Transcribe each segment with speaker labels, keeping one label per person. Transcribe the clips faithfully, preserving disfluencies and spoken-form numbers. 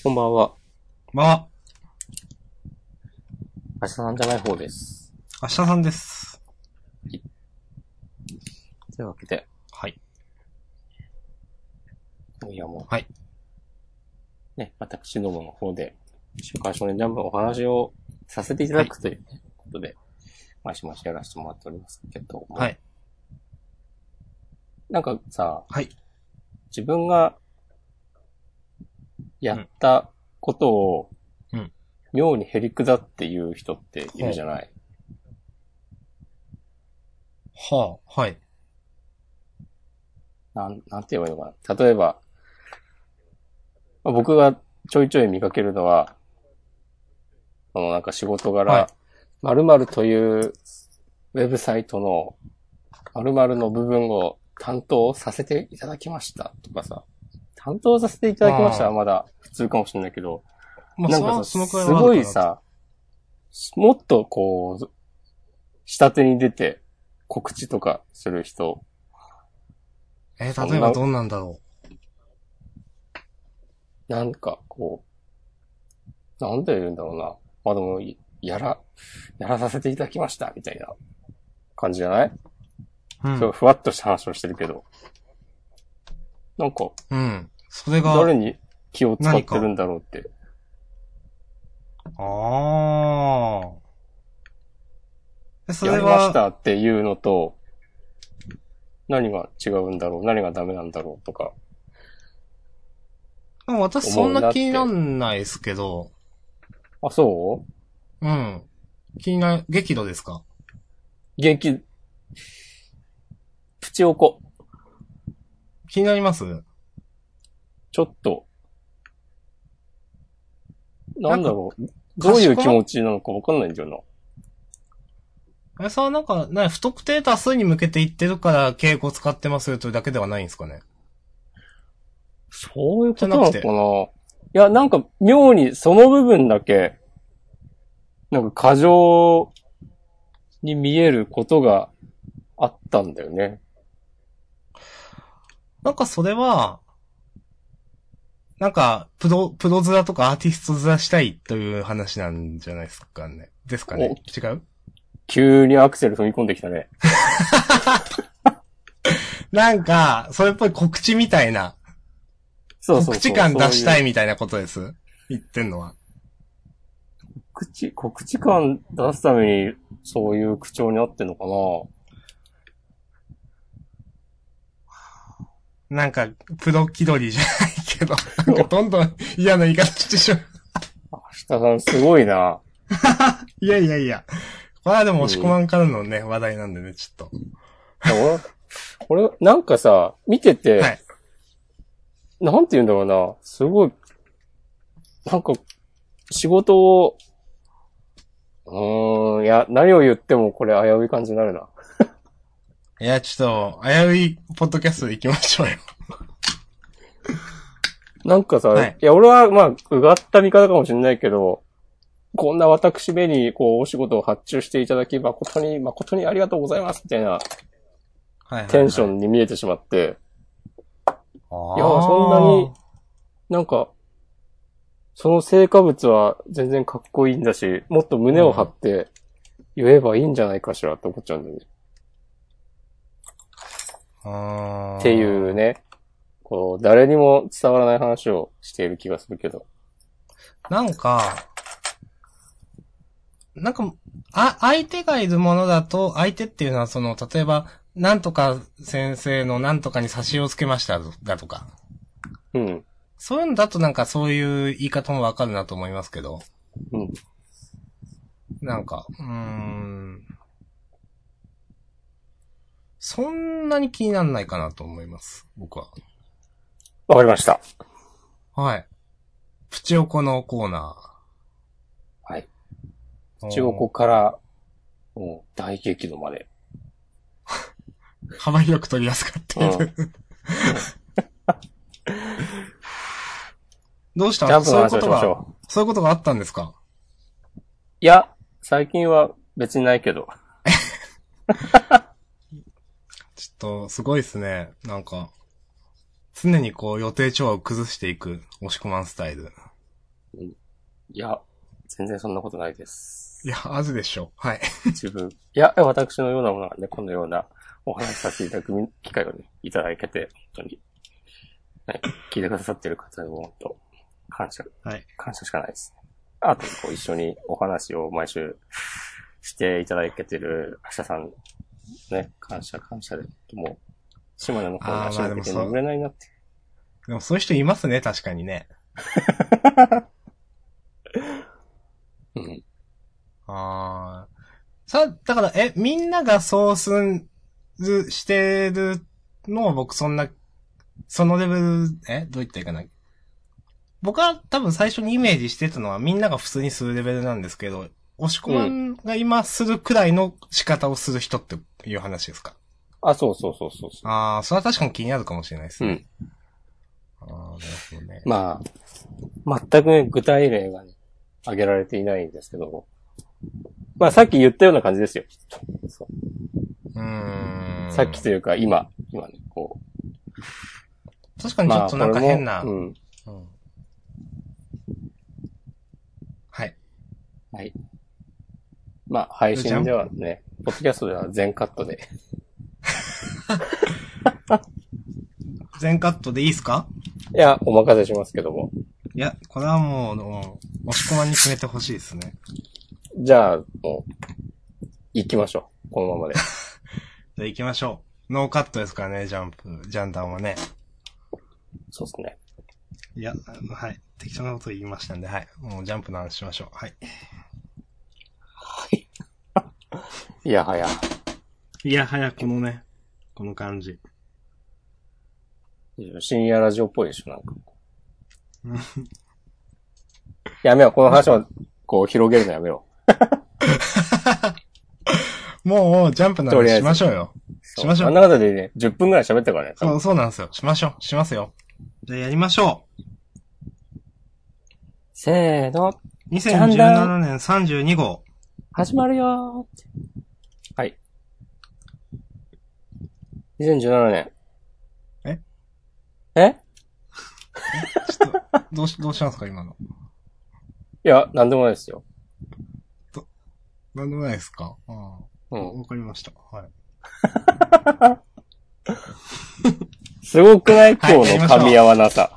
Speaker 1: こんばんは。
Speaker 2: まあ、
Speaker 1: 明日さんじゃない方です。
Speaker 2: 明日さんです。
Speaker 1: というわけで。
Speaker 2: はい。
Speaker 1: いやもう。
Speaker 2: はい。
Speaker 1: ね、私どもの方で、週刊少年ジャンプのお話をさせていただくという、ねはい、ことで、毎週毎週やらせてもらっておりますけども。
Speaker 2: はい。
Speaker 1: なんかさ、
Speaker 2: はい。
Speaker 1: 自分がやったことを、
Speaker 2: うん。
Speaker 1: 妙にへりくだっていう人っているじゃない、
Speaker 2: うん、はあ、はい。
Speaker 1: なん、なんて言えばいいのかな。例えば、まあ、僕がちょいちょい見かけるのは、あの、なんか仕事柄、はい、〇〇というウェブサイトの〇〇の部分を担当させていただきましたとかさ、担当させていただきましたはまだ普通かもしれないけど、まあ、なんかさ、すごいさ、もっとこう、下手に出て告知とかする人。
Speaker 2: えー、例えばどんなんだろ
Speaker 1: う。なんかこう、なんて言うんだろうな。まあでも、やら、やらさせていただきましたみたいな感じじゃない？うん。そうふわっとした話をしてるけど。なんか、
Speaker 2: うん。それが、
Speaker 1: 誰に気を使ってるんだろうって。
Speaker 2: あ
Speaker 1: あ。それはやりましたっていうのと、何が違うんだろう、何がダメなんだろうとか。
Speaker 2: 私そんな気になんないですけど。
Speaker 1: あ、そ
Speaker 2: う？うん。気にな、激怒ですか？
Speaker 1: 激、プチオコ。
Speaker 2: 気になります？
Speaker 1: ちょっと。なんだろう。どういう気持ちなのかわかんないんだよな。
Speaker 2: あれさ、なんか、な不特定多数に向けて言ってるから敬語使ってますよというだけではないんですかね。
Speaker 1: そういうことなのかな。いや、なんか妙にその部分だけ、なんか過剰に見えることがあったんだよね。
Speaker 2: なんかそれは、なんか、プロ、プロ面とかアーティスト面したいという話なんじゃないですかね。ですかね。違う？
Speaker 1: 急にアクセル踏み込んできたね。
Speaker 2: なんか、それっぽい告知みたいな。
Speaker 1: そうそうそう。
Speaker 2: 告知感出したいみたいなことです。言ってんのは。
Speaker 1: 告知、告知感出すためにそういう口調になってんのか
Speaker 2: ななんか、プロ気取りじゃないけど、なんかどんどん嫌な言い方してしまう。
Speaker 1: 明日さんすごいな。
Speaker 2: いやいやいや。これはでも押し込まんからのね、うん、話題なんでね、ちょっと。
Speaker 1: 俺、俺、なんかさ、見てて、はい、なんて言うんだろうな、すごい、なんか、仕事を、うーん、いや、何を言ってもこれ危うい感じになるな。
Speaker 2: いや、ちょっと、危ういポッドキャストで行きましょうよ。
Speaker 1: なんかさ、はい、いや、俺はまあ、うがった見方かもしれないけど、こんな私目にこう、お仕事を発注していただき、誠に、誠にありがとうございます、みたいな、テンションに見えてしまって、はいはいはい、いや、そんなに、なんか、その成果物は全然かっこいいんだし、もっと胸を張って言えばいいんじゃないかしらって思っちゃうんだよね。
Speaker 2: あ
Speaker 1: っていうね、こう、誰にも伝わらない話をしている気がするけど。
Speaker 2: なんか、なんか、あ、相手がいるものだと、相手っていうのはその、例えば、なんとか先生のなんとかに差しをつけましただとか。
Speaker 1: うん。
Speaker 2: そういうのだとなんかそういう言い方もわかるなと思いますけど。
Speaker 1: うん。
Speaker 2: なんか、うーん。そんなに気にならないかなと思います。僕は。
Speaker 1: わかりました。
Speaker 2: はい。プチオコのコーナ
Speaker 1: ー。はい。プチオコから、もう大激怒まで。
Speaker 2: 幅広く取りやすかったいる。うん、どうした
Speaker 1: ジャンプの話をしましょ
Speaker 2: う。そういうことがあったんですか？
Speaker 1: いや、最近は別にないけど。
Speaker 2: ちょっと、すごいですね。なんか、常にこう予定調和を崩していく、押し込まんスタイル。
Speaker 1: うん、いや、全然そんなことないです。
Speaker 2: いや、あるでしょう。はい。
Speaker 1: 自分。いや、私のようなものがね、このようなお話しさせていただく機会をね、いただけて、本当に。はい。聞いてくださってる方にも本当、感謝。
Speaker 2: はい。
Speaker 1: 感謝しかないですね。あと、こう、一緒にお話を毎週していただけてる明日さん、ね、感謝感謝で、もう、島根の方に足向けて眠れないなって。
Speaker 2: でもそういう人いますね、確かにね。
Speaker 1: うん。
Speaker 2: ああ。さ、だから、え、みんながそうする、してるのを僕そんな、そのレベル、えどう言ったらいいかな。僕は多分最初にイメージしてたのはみんなが普通にするレベルなんですけど、押し込まんが今するくらいの仕方をする人っていう話ですか？
Speaker 1: あ、そうそうそうそうそう。
Speaker 2: ああ、それは確かに気になるかもしれないですね。
Speaker 1: うん。
Speaker 2: ああ、なるほどね。
Speaker 1: まあ、全くね、具体例がね、挙げられていないんですけど、まあさっき言ったような感じですよ。そう。
Speaker 2: うーん。
Speaker 1: さっきというか今、今ね、こ
Speaker 2: う。確かにちょっとなんか変な。
Speaker 1: まあ、うん、うん。
Speaker 2: はい。
Speaker 1: はい。まあ配信ではね、ポッドキャストでは全カットで。
Speaker 2: 全カットでいいですか？
Speaker 1: いや、お任せしますけども。
Speaker 2: いや、これはもう、もう押し込まんに決めてほしいですね。
Speaker 1: じゃあ、もう、行きましょう。このままで。
Speaker 2: じゃあ行きましょう。ノーカットですからね、ジャンプ、ジャンダンはね。
Speaker 1: そうですね。
Speaker 2: いや、はい。適当なこと言いましたんで、はい。もうジャンプの話しましょう。はい。
Speaker 1: はい。いやはや。
Speaker 2: いやはや、このね、この感じ。
Speaker 1: 深夜ラジオっぽいでしょ、なんか。やめよう、この話をこう広げるのやめよ
Speaker 2: う。もう、ジャンプの話しましょうよ。しましょう。
Speaker 1: あんな方でね、じゅっぷんぐらい喋ったからね。
Speaker 2: そう、そうなんですよ。しましょう。しますよ。じゃあやりましょう。
Speaker 1: せーの。
Speaker 2: にせんじゅうななねんさんじゅうに号。
Speaker 1: 始まるよー。はい。にせんじゅうななねん。
Speaker 2: え
Speaker 1: え
Speaker 2: ちょっと、どうし、どうしたんですか、今の。
Speaker 1: いや、なんでもないですよ。
Speaker 2: ど、なんでもないですか？ああ。
Speaker 1: うん。
Speaker 2: わかりました。はい。
Speaker 1: すごくない今日の噛み合わなさ。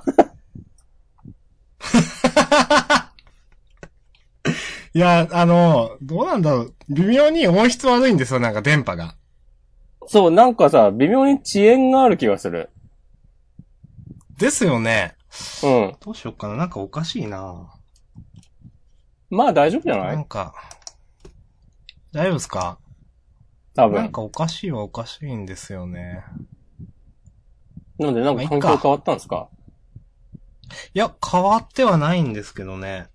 Speaker 2: いや、あの、どうなんだろう。微妙に音質悪いんですよ、なんか電波が。
Speaker 1: そう、なんかさ、微妙に遅延がある気がする。
Speaker 2: ですよね。
Speaker 1: うん。
Speaker 2: どうしよっかな。なんかおかしいな。
Speaker 1: まあ大丈夫じゃない？
Speaker 2: なんか、大丈夫ですか？
Speaker 1: 多分。
Speaker 2: なんかおかしいはおかしいんですよね。
Speaker 1: なんでなんか環境変わったんですか？
Speaker 2: いや、変わってはないんですけどね。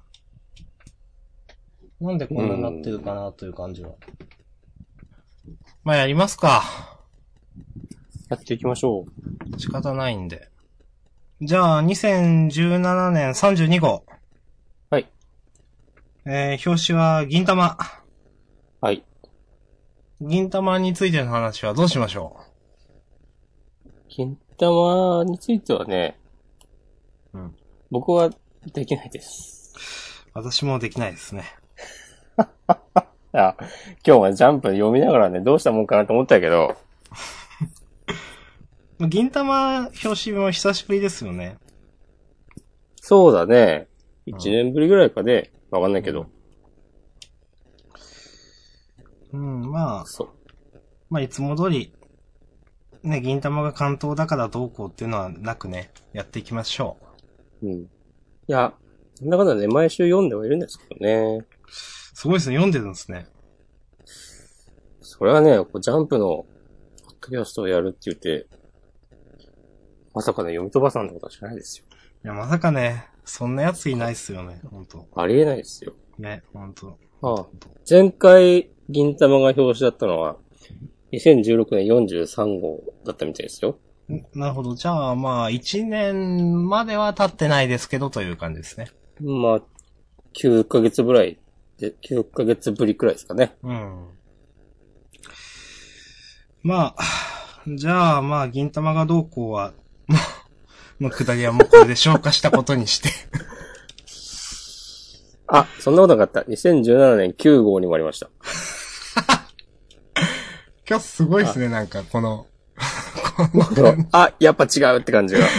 Speaker 2: なんでこんなになってるかなという感じは。まあやりますか。
Speaker 1: やっていきましょ
Speaker 2: う。仕方ないんで。じゃあ、にせんじゅうななねんさんじゅうに号。
Speaker 1: はい。
Speaker 2: えー、表紙は銀玉。
Speaker 1: はい。
Speaker 2: 銀玉についての話はどうしましょ
Speaker 1: う。銀玉についてはね、うん。僕はできないです。
Speaker 2: 私もできないですね。
Speaker 1: いや、今日はジャンプ読みながらね、どうしたもんかなと思ったけど。
Speaker 2: 銀玉表紙も久しぶりですよね。
Speaker 1: そうだね。一年ぶりぐらいかね。わかんないけど。
Speaker 2: うん、うん、まあ。
Speaker 1: そう。
Speaker 2: まあ、いつも通り、ね、銀玉が関東だからどうこうっていうのはなくね、やっていきましょ
Speaker 1: う。うん。いや、なんだかんだね、毎週読んではいるんですけどね。
Speaker 2: すごいですね、読んでるんですね。
Speaker 1: それはね、こうジャンプのポッドキャストをやるって言って、まさかね、読み飛ばさんってことはしないですよ。
Speaker 2: いや、まさかね、そんなやついないっすよね、ほんと。
Speaker 1: ありえないですよ。
Speaker 2: ね、ほんと。
Speaker 1: ああ。前回、銀玉が表紙だったのは、にせんじゅうろくねんよんじゅうさん号だったみたいですよ。
Speaker 2: なるほど。じゃあ、まあ、いちねんまでは経ってないですけど、という感じですね。
Speaker 1: まあ、きゅうかげつぐらいで、きゅうかげつぶりくらいですかね。
Speaker 2: うん。まあ、じゃあ、まあ、銀玉がどうこうは、もう、のくだりはもうこれで消化したことにして。
Speaker 1: あ、そんなことなかった。にせんじゅうななねんきゅう号にもありました。
Speaker 2: 今日すごいですね、なんか、この、
Speaker 1: このあ、やっぱ違うって感じが。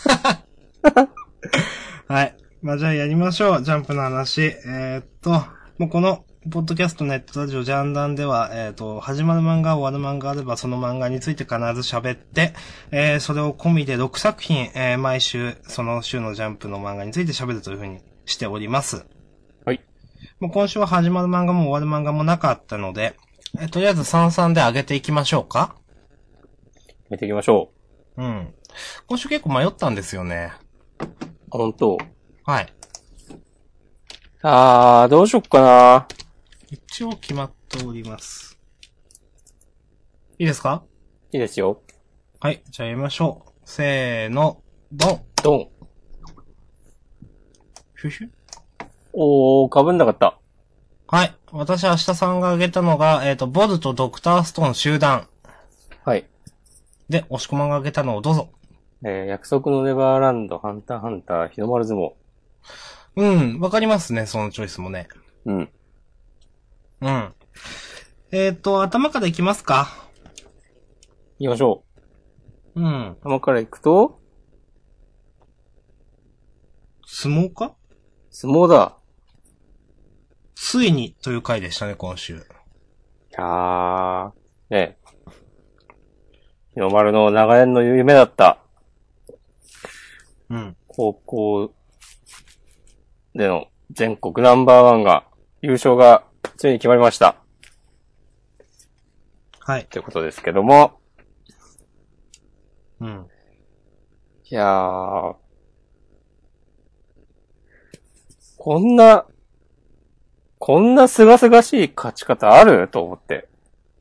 Speaker 2: はい。まあ、じゃあやりましょう。ジャンプの話。えー、っと、もうこの、ポッドキャストネットラジオジャンダンでは、えー、っと、始まる漫画、終わる漫画あれば、その漫画について必ず喋って、えー、それを込みでろくさく品、えー、毎週、その週のジャンプの漫画について喋るというふうにしております。
Speaker 1: はい。
Speaker 2: もう今週は始まる漫画も終わる漫画もなかったので、えー、とりあえず三々で上げていきましょうか。
Speaker 1: 見ていきましょ
Speaker 2: う。うん。今週結構迷ったんですよね。
Speaker 1: あ、本当。
Speaker 2: はい。
Speaker 1: あー、どうしよっかな。
Speaker 2: 一応決まっております。いいですか？
Speaker 1: いいですよ。
Speaker 2: はい。じゃあやりましょう。せーの、ドン。
Speaker 1: ドン。
Speaker 2: ヒュヒュ。
Speaker 1: おー、被んなかった。
Speaker 2: はい。私、明日さんが挙げたのが、えっと、ボルとドクターストーン集団。
Speaker 1: はい。
Speaker 2: で、押し込まんが挙げたのをどうぞ。
Speaker 1: えー、約束のネバーランド、ハンターハンター、日の丸相撲。
Speaker 2: うん、わかりますね、そのチョイスもね。
Speaker 1: うん。
Speaker 2: うん。えっと、頭からいきますか。
Speaker 1: 行きましょ
Speaker 2: うん。
Speaker 1: う。頭から行くと、
Speaker 2: 相撲か？
Speaker 1: 相撲だ。
Speaker 2: ついにという回でしたね、今週。
Speaker 1: いやー、ね日の丸の長年の夢だった。
Speaker 2: うん。
Speaker 1: 高校での全国ナンバーワンが、優勝がついに決まりました。
Speaker 2: はい。
Speaker 1: ということですけども。
Speaker 2: うん。
Speaker 1: いやー、こんな、こんなすがすがしい勝ち方あると思って。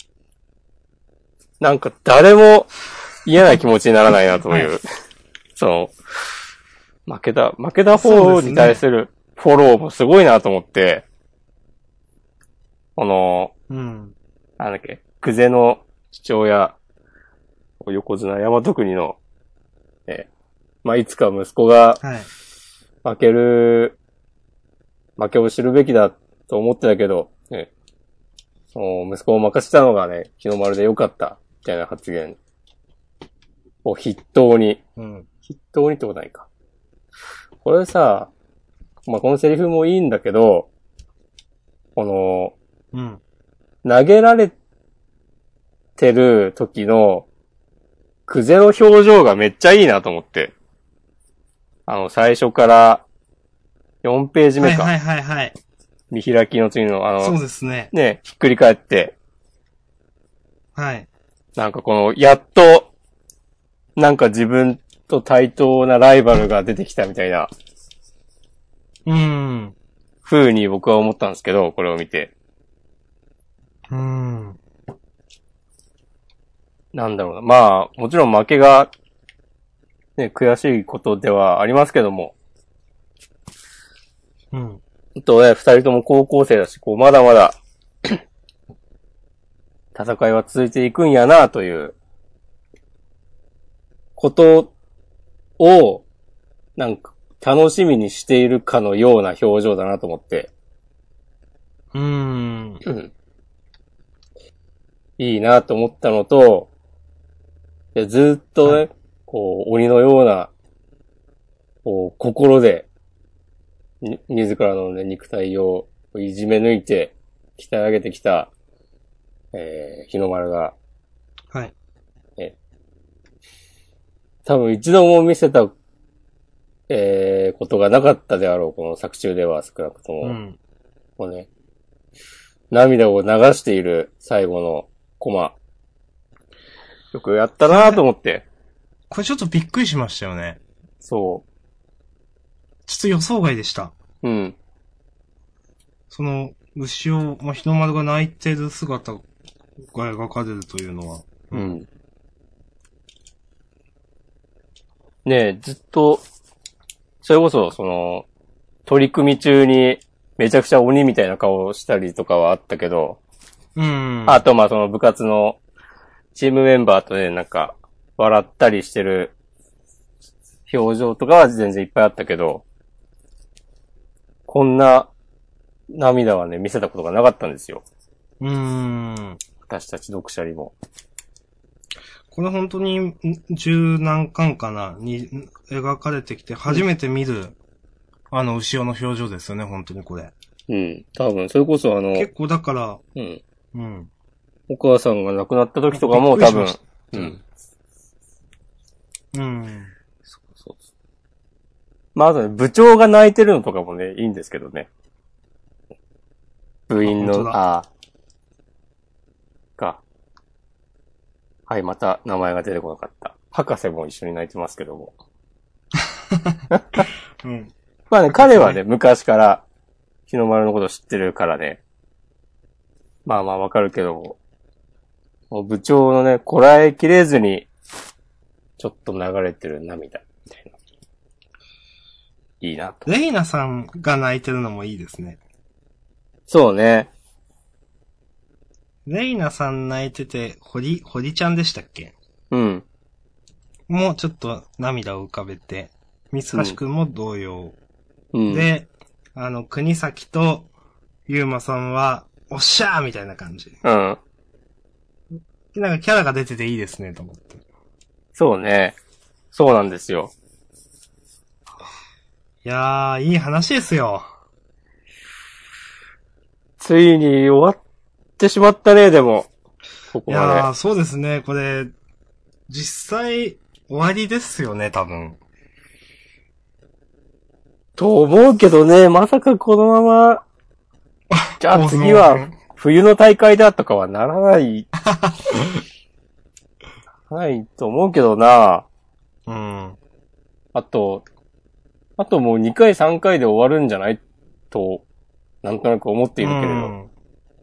Speaker 1: なんか誰も嫌な気持ちにならないなという。はい、その、負けた、負けた方に対するフォローもすごいなと思って、この、
Speaker 2: うん。
Speaker 1: なんだっけ、久世の父親、横綱大和国の、え、まあ、いつか息子が、負ける、はい、負けを知るべきだと思ってたけど、ね、その息子を任せたのがね、日の丸でよかった、みたいな発言を筆頭に、うん、筆頭にってことないか。これさ、まあ、このセリフもいいんだけど、この、
Speaker 2: うん、
Speaker 1: 投げられてる時の、クゼの表情がめっちゃいいなと思って。あの、最初からよんページ目か。
Speaker 2: はいはいはいはい。
Speaker 1: 見開きの次の、あの、
Speaker 2: そうですね。
Speaker 1: ね、ひっくり返って。
Speaker 2: はい。
Speaker 1: なんかこの、やっと、なんか自分と対等なライバルが出てきたみたいな。
Speaker 2: うーん。
Speaker 1: 風に僕は思ったんですけど、これを見て。
Speaker 2: うーん。
Speaker 1: なんだろうな。まあ、もちろん負けが、ね、悔しいことではありますけども。
Speaker 2: うん。
Speaker 1: あとね、二人とも高校生だし、こう、まだまだ、戦いは続いていくんやな、という、ことを、なんか、楽しみにしているかのような表情だなと思って。
Speaker 2: うーん。
Speaker 1: うん。いいなと思ったのと、いやずっとね、はい、こう、鬼のような、こう、心で、自らのね、肉体をいじめ抜いて、鍛え上げてきた、えー、日の丸が、
Speaker 2: はい。
Speaker 1: え、多分一度も見せた、えー、ことがなかったであろう、この作中では少なくとも。うん。こうね、涙を流している最後のコマ。よくやったなと思って。
Speaker 2: これちょっとびっくりしましたよね。
Speaker 1: そう。
Speaker 2: ちょっと予想外でした。
Speaker 1: うん。
Speaker 2: その、牛を、まあ、日の丸が泣いてる姿が描かれるというのは。
Speaker 1: うん。ねえ、ずっと、それこそ、その、取り組み中にめちゃくちゃ鬼みたいな顔をしたりとかはあったけど、
Speaker 2: うん。
Speaker 1: あと、まあ、その部活のチームメンバーとね、なんか、笑ったりしてる表情とかは全然いっぱいあったけど、こんな涙はね、見せたことがなかったんですよ。
Speaker 2: うーん。
Speaker 1: 私たち読者にも。
Speaker 2: これ本当に十何巻かなに描かれてきて初めて見る、うん、あの後ろの表情ですよね、本当にこれ。
Speaker 1: うん。多分、それこそあの、
Speaker 2: 結構だから、
Speaker 1: うん。
Speaker 2: うん。
Speaker 1: お母さんが亡くなった時とかも多分、うん。
Speaker 2: うん。
Speaker 1: そうそうそう。まあ、あとね、部長が泣いてるのとかもね、いいんですけどね。部員の、ああ。か。はい、また名前が出てこなかった。博士も一緒に泣いてますけども。
Speaker 2: うん。
Speaker 1: まあね、彼はね、昔から日の丸のこと知ってるからね。まあまあわかるけども。もう部長のね、こらえきれずに、ちょっと流れてる涙、みたいな。いいなと。
Speaker 2: レイナさんが泣いてるのもいいですね。
Speaker 1: そうね。
Speaker 2: レイナさん泣いてて、堀、堀ちゃんでしたっけ？
Speaker 1: うん。
Speaker 2: もうちょっと涙を浮かべて、三橋くんも同様。
Speaker 1: うん、
Speaker 2: で、あの、国崎とゆうまさんは、おっしゃーみたいな感じ。
Speaker 1: うん。
Speaker 2: なんかキャラが出てていいですね、と思って。
Speaker 1: そうね。そうなんですよ。
Speaker 2: いやー、いい話ですよ。
Speaker 1: ついに終わってしまったね、でも。ここまで。
Speaker 2: いやー、そうですね、これ、実際、終わりですよね、多分。
Speaker 1: と思うけどね、まさかこのまま、じゃあ次は、冬の大会だとかはならない、ないと思うけどな。
Speaker 2: うん。
Speaker 1: あと、あともうにかいさんかいで終わるんじゃないと、なんとなく思っているけれど。
Speaker 2: うん、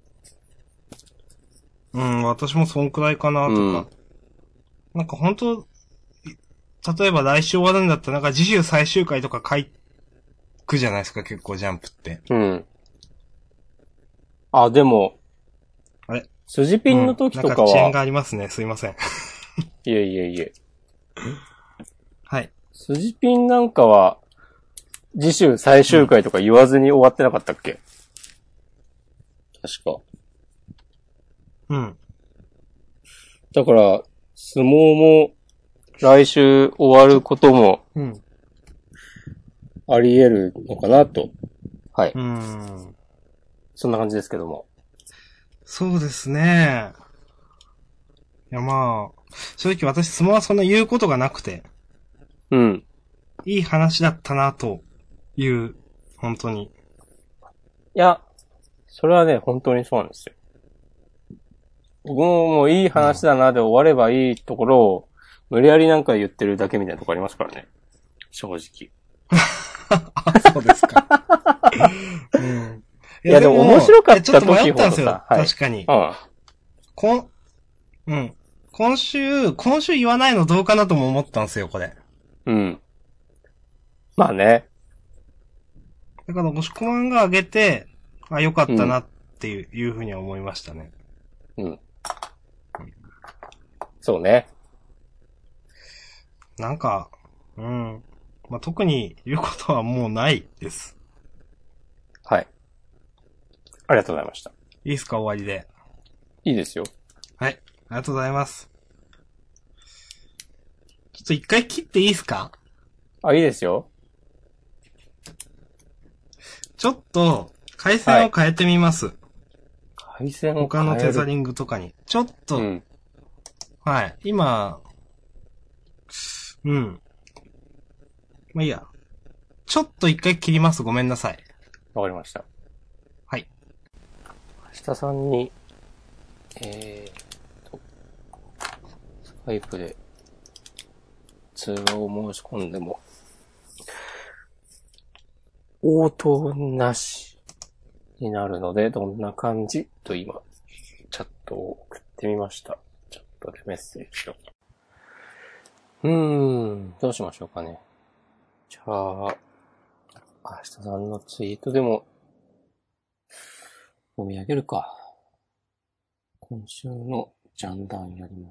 Speaker 2: うん、私もそんくらいかなとか。うん、なんか本当例えば来週終わるんだったらなんか次週最終回とか書くじゃないですか、結構ジャンプって。
Speaker 1: うん。あ、でも、
Speaker 2: あれ
Speaker 1: 筋ピンの時とかは、うん、なんか
Speaker 2: 遅延がありますね。すいません。
Speaker 1: いえいえいえ。
Speaker 2: はい。
Speaker 1: 筋ピンなんかは、次週最終回とか言わずに終わってなかったっけ？うん、確か。
Speaker 2: うん。
Speaker 1: だから、相撲も来週終わることも、うん。あり得るのかなと。はい。うん。そんな感じですけども。
Speaker 2: そうですね。いやまあ、正直私相撲はそんな言うことがなくて。
Speaker 1: うん。
Speaker 2: いい話だったなという、本当に。い
Speaker 1: や、それはね、本当にそうなんですよ。僕ももういい話だなで終わればいいところを、無理やりなんか言ってるだけみたいなとこありますからね。正直。
Speaker 2: あ、そうですか。うん、
Speaker 1: いやでも面白かった時ほどさ。
Speaker 2: ちょっと迷ったんですよ。はい、確かに。
Speaker 1: うん。
Speaker 2: こん、うん。今週、今週言わないのどうかなとも思ったんですよ、これ。
Speaker 1: うん。まあね。
Speaker 2: だから、押し込まんが上げて、あ、よかったなっていう、うん、いうふうには思いましたね。
Speaker 1: うん。そうね。
Speaker 2: なんか、うん。まあ、特に言うことはもうないです。
Speaker 1: はい。ありがとうございました。
Speaker 2: いいですか、終わりで。
Speaker 1: いいですよ。
Speaker 2: はい。ありがとうございます。ちょっと一回切っていいですか？
Speaker 1: あ、いいですよ。
Speaker 2: ちょっと、回線を変えてみます。はい、
Speaker 1: 回線を変える
Speaker 2: 他のテザリングとかに。ちょっと、うん、はい。今、うん。まあいいや。ちょっと一回切ります。ごめんなさい。
Speaker 1: わかりました。
Speaker 2: はい。
Speaker 1: 明日さんに、えーと、スカイプで通話を申し込んでも、応答なしになるので、どんな感じと今、チャットを送ってみました。チャットでメッセージを。うーん、どうしましょうかね。じゃあ、明日さんのツイートでも、読み上げるか。今週のジャンダンやります。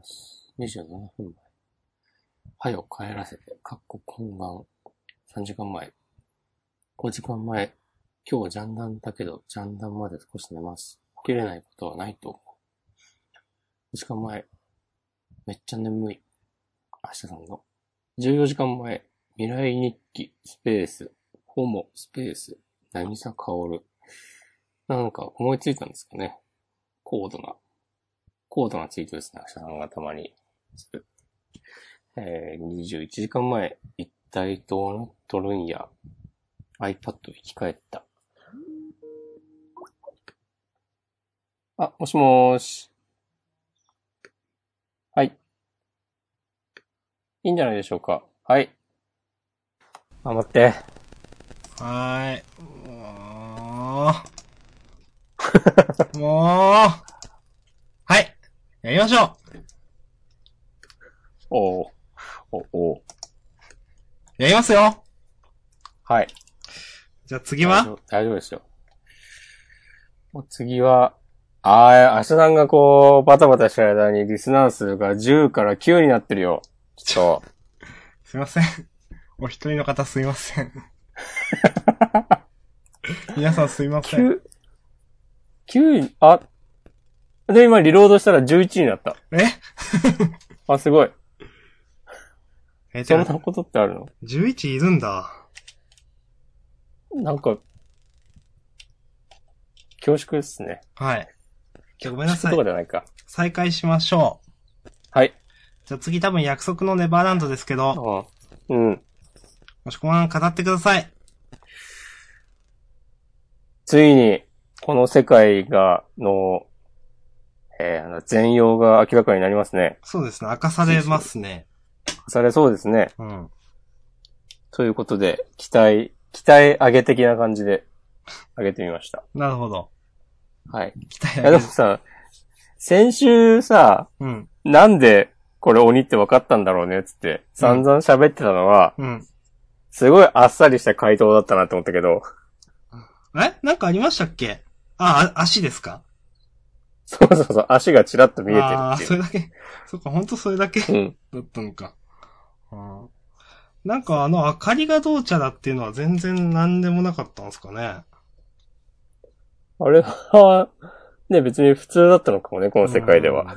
Speaker 1: にじゅうななふんまえ。はよ帰らせて、かっこ懇願。さんじかんまえ。ごじかんまえ。 今日はジャンダンだけど、ジャンダンまで少し寝ます。起きれないことはないと思う。にじかんまえ、めっちゃ眠い。明日さんの。じゅうよじかんまえ、未来日記、スペース、ホモ、スペース、なぎさかおる。なんか思いついたんですかね。高度な、高度なツイートですね。明日さんがたまにする。えー、にじゅういちじかんまえ、一体どうなっとるんや。iPad 生き返った。あ、もしもーし。はい。いいんじゃないでしょうか。はい。頑張って。
Speaker 2: はーい。もう。もう。はい。やりましょう。
Speaker 1: おー。お、おー。
Speaker 2: やりますよ。
Speaker 1: はい。
Speaker 2: じゃあ次は
Speaker 1: 大丈夫、大丈夫ですよ。もう次は、あー、明日さんがこう、バタバタしてる間にリスナー数がじゅうからきゅうになってるよ。ちょっと。
Speaker 2: すいません。お一人の方すいません。皆さんすいません。
Speaker 1: きゅう、きゅう、あ、で今リロードしたらじゅういちになった。
Speaker 2: え
Speaker 1: あ、すごい。
Speaker 2: え、
Speaker 1: そんなことってあるの？
Speaker 2: じゅういち いるんだ。
Speaker 1: なんか、恐縮ですね。
Speaker 2: はい。じゃあごめんなさい。
Speaker 1: とかじゃないか。
Speaker 2: 再開しましょう。
Speaker 1: はい。
Speaker 2: じゃあ次多分約束のネバーランドですけど。
Speaker 1: うん。
Speaker 2: もしこまん語ってください。
Speaker 1: ついに、この世界が、の、えー、全容が明らかになりますね。
Speaker 2: そうですね。明かされますね。
Speaker 1: 明かされそうですね。
Speaker 2: うん。
Speaker 1: ということで、期待、期待上げ的な感じで、上げてみました。
Speaker 2: なるほど。
Speaker 1: はい。
Speaker 2: 期待
Speaker 1: 上げ。いやでもさ、先週さ、
Speaker 2: うん。
Speaker 1: なんでこれ鬼って分かったんだろうねっつって、散々喋ってたのは、
Speaker 2: うん。
Speaker 1: すごいあっさりした回答だったなって思ったけど。
Speaker 2: えなんかありましたっけ？あ、あ、足ですか？
Speaker 1: そうそうそう、足がちらっと見えてるっていう。
Speaker 2: ああ、それだけ。そっか、ほんとそれだけ、
Speaker 1: うん、
Speaker 2: だったのか。あなんかあの明かりがどうちゃだっていうのは全然何でもなかったんですかね。
Speaker 1: あれは、ね、別に普通だったのかもね、この世界では。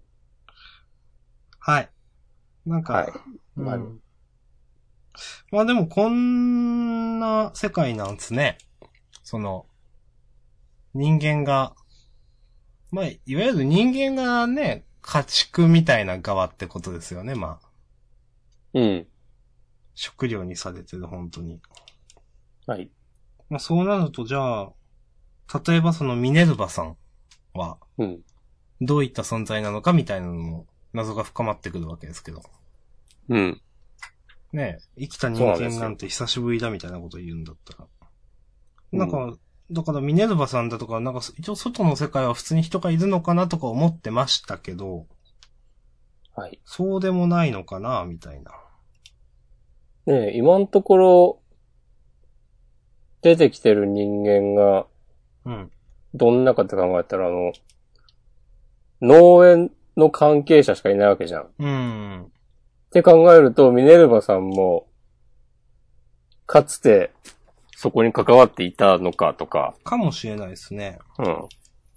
Speaker 2: はい。なんか、
Speaker 1: はい。
Speaker 2: まあ、うん、まあでもこんな世界なんですね。その、人間が、まあ、いわゆる人間がね、家畜みたいな側ってことですよね、まあ。
Speaker 1: うん。
Speaker 2: 食料にされてる、本当に。
Speaker 1: はい。
Speaker 2: まあそうなると、じゃあ、例えばそのミネルヴァさんは、
Speaker 1: うん。
Speaker 2: どういった存在なのかみたいなのも、謎が深まってくるわけですけど。
Speaker 1: うん。
Speaker 2: ねえ、生きた人間なんて久しぶりだみたいなこと言うんだったら。なんか、うん、だからミネルヴァさんだとか、なんか一応外の世界は普通に人がいるのかなとか思ってましたけど、
Speaker 1: はい。
Speaker 2: そうでもないのかな、みたいな。
Speaker 1: ねえ、今のところ、出てきてる人間が、
Speaker 2: うん。
Speaker 1: どんなかって考えたら、あの、農園の関係者しかいないわけじゃん。
Speaker 2: うん。
Speaker 1: って考えると、ミネルヴァさんも、かつて、そこに関わっていたのかとか。
Speaker 2: かもしれないですね。
Speaker 1: うん。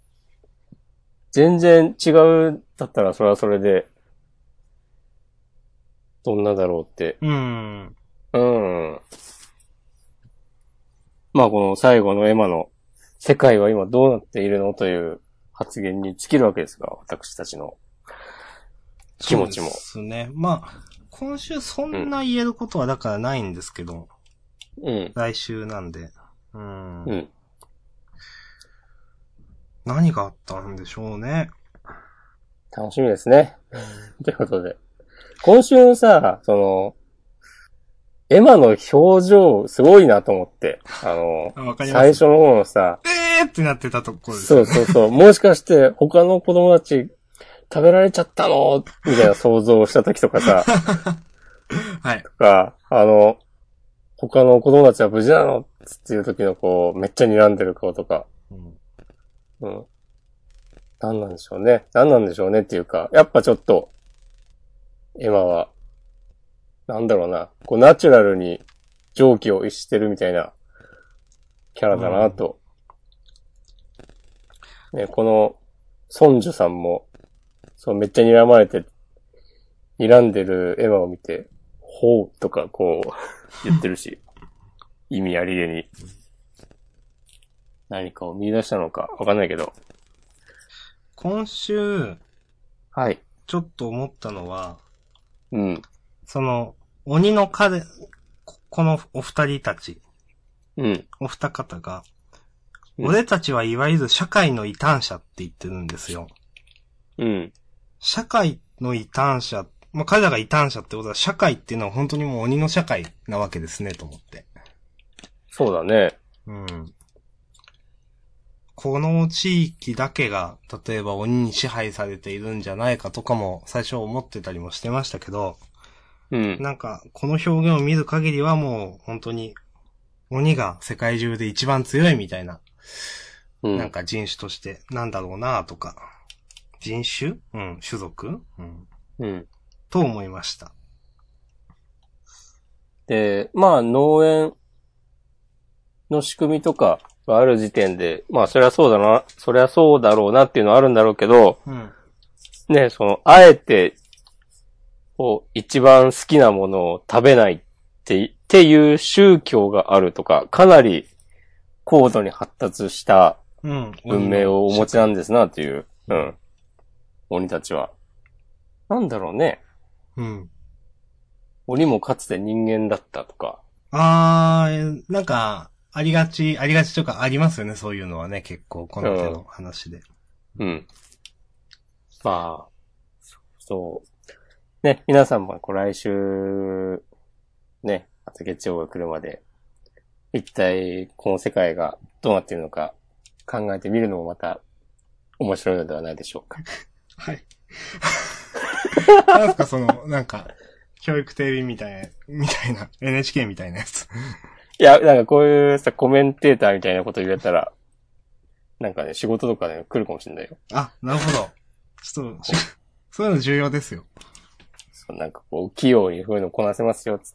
Speaker 1: 全然違うだったら、それはそれで、どんなだろうって。
Speaker 2: うん。
Speaker 1: うん。まあ、この最後のエマの、世界は今どうなっているのという発言に尽きるわけですが、私たちの気持ちも。
Speaker 2: そうですね。まあ、今週そんな言えることはだからないんですけど。
Speaker 1: うん。
Speaker 2: 来週なんで。うん。
Speaker 1: うん。
Speaker 2: 何があったんでしょうね。
Speaker 1: 楽しみですね。ということで。今週のさ、その、エマの表情、すごいなと思って。あの、
Speaker 2: あ、わかります。
Speaker 1: 最初の方のさ、
Speaker 2: えーってなってたところです、
Speaker 1: そうそうそう。もしかして他の子供たち食べられちゃったのみたいな想像をした時とかさ。
Speaker 2: はい。
Speaker 1: とか、あの、他の子供たちは無事なのっていう時のこう、めっちゃ睨んでる顔とか。うん。うん。何なんでしょうね。何なんでしょうねっていうか、やっぱちょっと、エマは、なんだろうな、こうナチュラルに常軌を逸してるみたいなキャラだなと。うん、ね、この、孫樹さんも、そう、めっちゃ睨まれて、睨んでるエヴァを見て、ほうとかこう、言ってるし、意味ありげに。何かを見出したのかわかんないけど。
Speaker 2: 今週、
Speaker 1: はい。
Speaker 2: ちょっと思ったのは、
Speaker 1: うん。
Speaker 2: その、鬼の彼、このお二人たち、
Speaker 1: うん。
Speaker 2: お二方が、
Speaker 1: うん、
Speaker 2: 俺たちはいわゆる社会の異端者って言ってるんですよ。
Speaker 1: うん。
Speaker 2: 社会の異端者、まあ、彼らが異端者ってことは社会っていうのは本当にもう鬼の社会なわけですね、と思って。
Speaker 1: そうだね。
Speaker 2: うん。この地域だけが、例えば鬼に支配されているんじゃないかとかも最初思ってたりもしてましたけど、
Speaker 1: うん。
Speaker 2: なんか、この表現を見る限りはもう本当に鬼が世界中で一番強いみたいな、うん、なんか人種としてなんだろうなとか、人種うん、種族うん。
Speaker 1: うん。
Speaker 2: と思いました。
Speaker 1: で、まあ農園の仕組みとかがある時点で、まあそりゃそうだな、そりゃそうだろうなっていうのはあるんだろうけど、
Speaker 2: うん、
Speaker 1: ね、その、あえて、こう、一番好きなものを食べないって、っていう宗教があるとか、かなり高度に発達した文明をお持ちなんですなっていう、うん、うん。鬼たちは。なんだろうね。
Speaker 2: うん。
Speaker 1: 鬼もかつて人間だったとか。
Speaker 2: あー、なんか、ありがち、ありがちとかありますよね、そういうのはね、結構、この手の話で。
Speaker 1: うん。うん、まあ、そう。ね、皆さんもこう来週、ね、あと月曜が来るまで、一体この世界がどうなっているのか考えてみるのもまた面白いのではないでしょうか。
Speaker 2: はい。なんすかその、なんか、教育テレビみたいな、みたいな、エヌエイチケー みたいなやつ。
Speaker 1: いや、なんかこういうさ、コメンテーターみたいなこと言えたら、なんかね、仕事とかね、来るかもしれないよ。
Speaker 2: あ、なるほど。ちょっと、そういうの重要ですよ。
Speaker 1: そう、なんかこう、器用にそういうのこなせますよ、つって。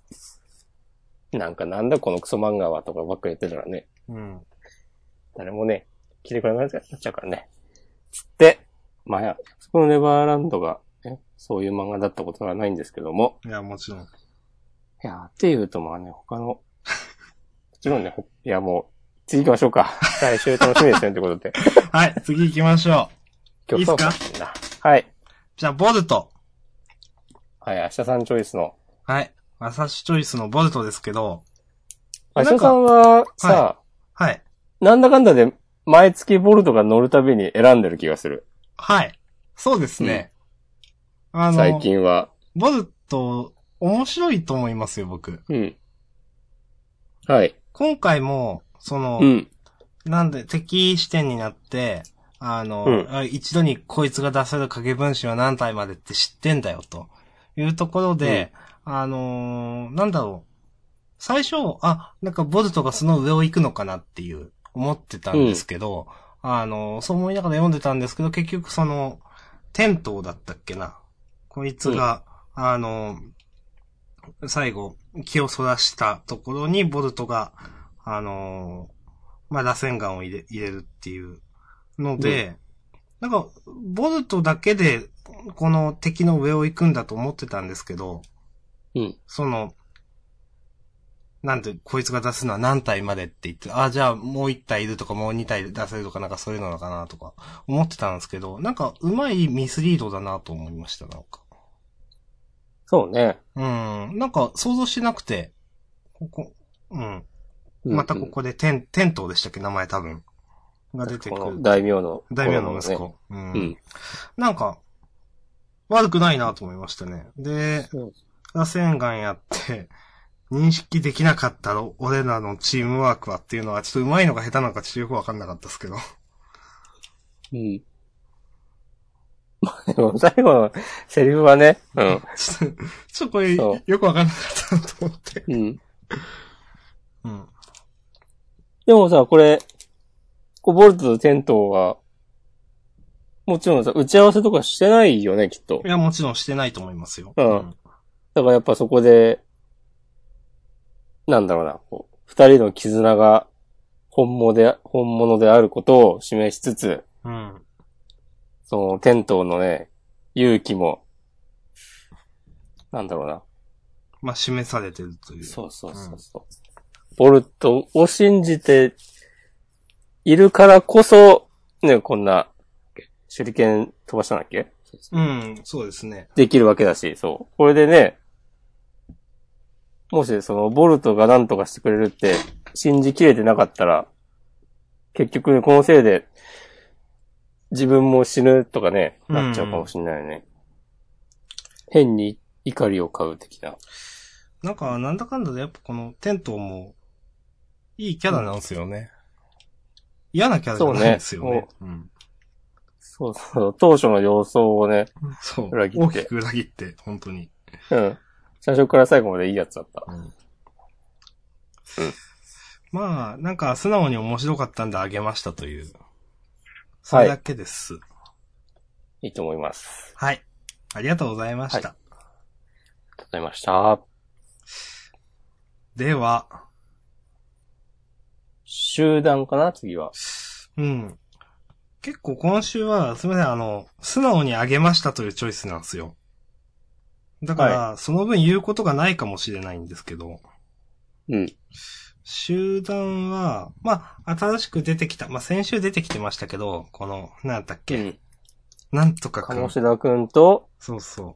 Speaker 1: なんかなんだこのクソ漫画はとかばっか言ってたらね。
Speaker 2: うん。
Speaker 1: 誰もね、聞いてくれなくなっちゃうからね。つって、まあ、そこのネバーランドが、ね、そういう漫画だったことはないんですけども。
Speaker 2: いや、もちろん。い
Speaker 1: や、っていうとまあね、他の、もちろんね、いやもう、次行きましょうか。来週楽しみですね、ってことで。
Speaker 2: はい、次行きましょう。いいですか？
Speaker 1: はい。
Speaker 2: じゃあ、ボルト。
Speaker 1: はい、明日さんチョイスの。
Speaker 2: はい。明日チョイスのボルトですけど。
Speaker 1: 明日さんは、さ、
Speaker 2: はい。はい。
Speaker 1: なんだかんだで、毎月ボルトが乗るたびに選んでる気がする。
Speaker 2: はい。そうですね。
Speaker 1: うん、あの、最近は。
Speaker 2: ボルト、面白いと思いますよ、僕。
Speaker 1: うん。はい。
Speaker 2: 今回も、その、うん、なんで、敵視点になって、あの、うん、一度にこいつが出せる影分身は何体までって知ってんだよ、というところで、うん、あのー、なんだろう。最初、あ、なんかボルトがその上を行くのかなっていう、思ってたんですけど、うん、あのー、そう思いながら読んでたんですけど、結局その、天道だったっけな。こいつが、うん、あのー、最後、気をそらしたところにボルトが、あのー、まあ、螺旋岩を入れ、入れるっていうので、うん、なんか、ボルトだけで、この敵の上を行くんだと思ってたんですけど、
Speaker 1: うん、
Speaker 2: その、なんて、こいつが出すのは何体までって言って、あ、じゃあもう一体いるとかもう二体出せるとかなんかそういうのかなとか思ってたんですけど、なんかうまいミスリードだなと思いました、なんか。
Speaker 1: そうね。
Speaker 2: うん。なんか想像してなくて、ここ、うん。またここで天、天道でしたっけ名前多分。が出てくる。
Speaker 1: 大名の。
Speaker 2: 大名の息子。ね、うん。
Speaker 1: うん。
Speaker 2: なんか、悪くないなと思いましたね。で、螺旋岩やって、認識できなかったろ、俺らのチームワークはっていうのは、ちょっと上手いのか下手なのかちょっとよくわかんなかったですけど。
Speaker 1: うん。まあでも最後のセリフはね、うん。
Speaker 2: ちょっと、ちょっとこれ、よくわかんなかったなと思って。
Speaker 1: うん。
Speaker 2: うん。
Speaker 1: でもさ、これ、こうボルトとテントは、もちろんさ、打ち合わせとかしてないよね、きっと。
Speaker 2: いや、もちろんしてないと思いますよ。
Speaker 1: うん。うん、だからやっぱそこで、なんだろうな、こう、二人の絆が本物で、本物であることを示しつつ、
Speaker 2: うん。
Speaker 1: そのテントのね、勇気も、なんだろうな。
Speaker 2: まあ、示されてるという。
Speaker 1: そうそうそうそう、うん。ボルトを信じているからこそ、ね、こんな、手裏剣飛ばしたんだっけ？
Speaker 2: うん、そうですね。
Speaker 1: できるわけだし、そう。これでね、もしそのボルトが何とかしてくれるって信じきれてなかったら、結局ね、このせいで自分も死ぬとかね、なっちゃうかもしれないよね。うん、変に怒りを買う的な。
Speaker 2: なんか、なんだかんだでやっぱこのテントもいいキャラなんですよね。うん、嫌なキャラじゃないんですよね。
Speaker 1: そうね。うん、そうそう。当初の様相をね、
Speaker 2: そう。
Speaker 1: 裏切って。
Speaker 2: 大きく裏切って、本当に。
Speaker 1: うん。最初から最後までいいやつだった。うん。うん、
Speaker 2: まあ、なんか素直に面白かったんであげましたという。それだけです。
Speaker 1: はい。いいと思います。
Speaker 2: はい。ありがとうございました。はい、
Speaker 1: ありがとうございました。
Speaker 2: では、
Speaker 1: 集団かな次は。
Speaker 2: うん。結構今週は、すみません、あの、素直にあげましたというチョイスなんですよ。だから、はい、その分言うことがないかもしれないんですけど。
Speaker 1: うん。
Speaker 2: 集団は、まあ、新しく出てきた。まあ、先週出てきてましたけど、この、なんだっけ。うん、なんとかくん。
Speaker 1: 鴨志田くんと、
Speaker 2: そうそう。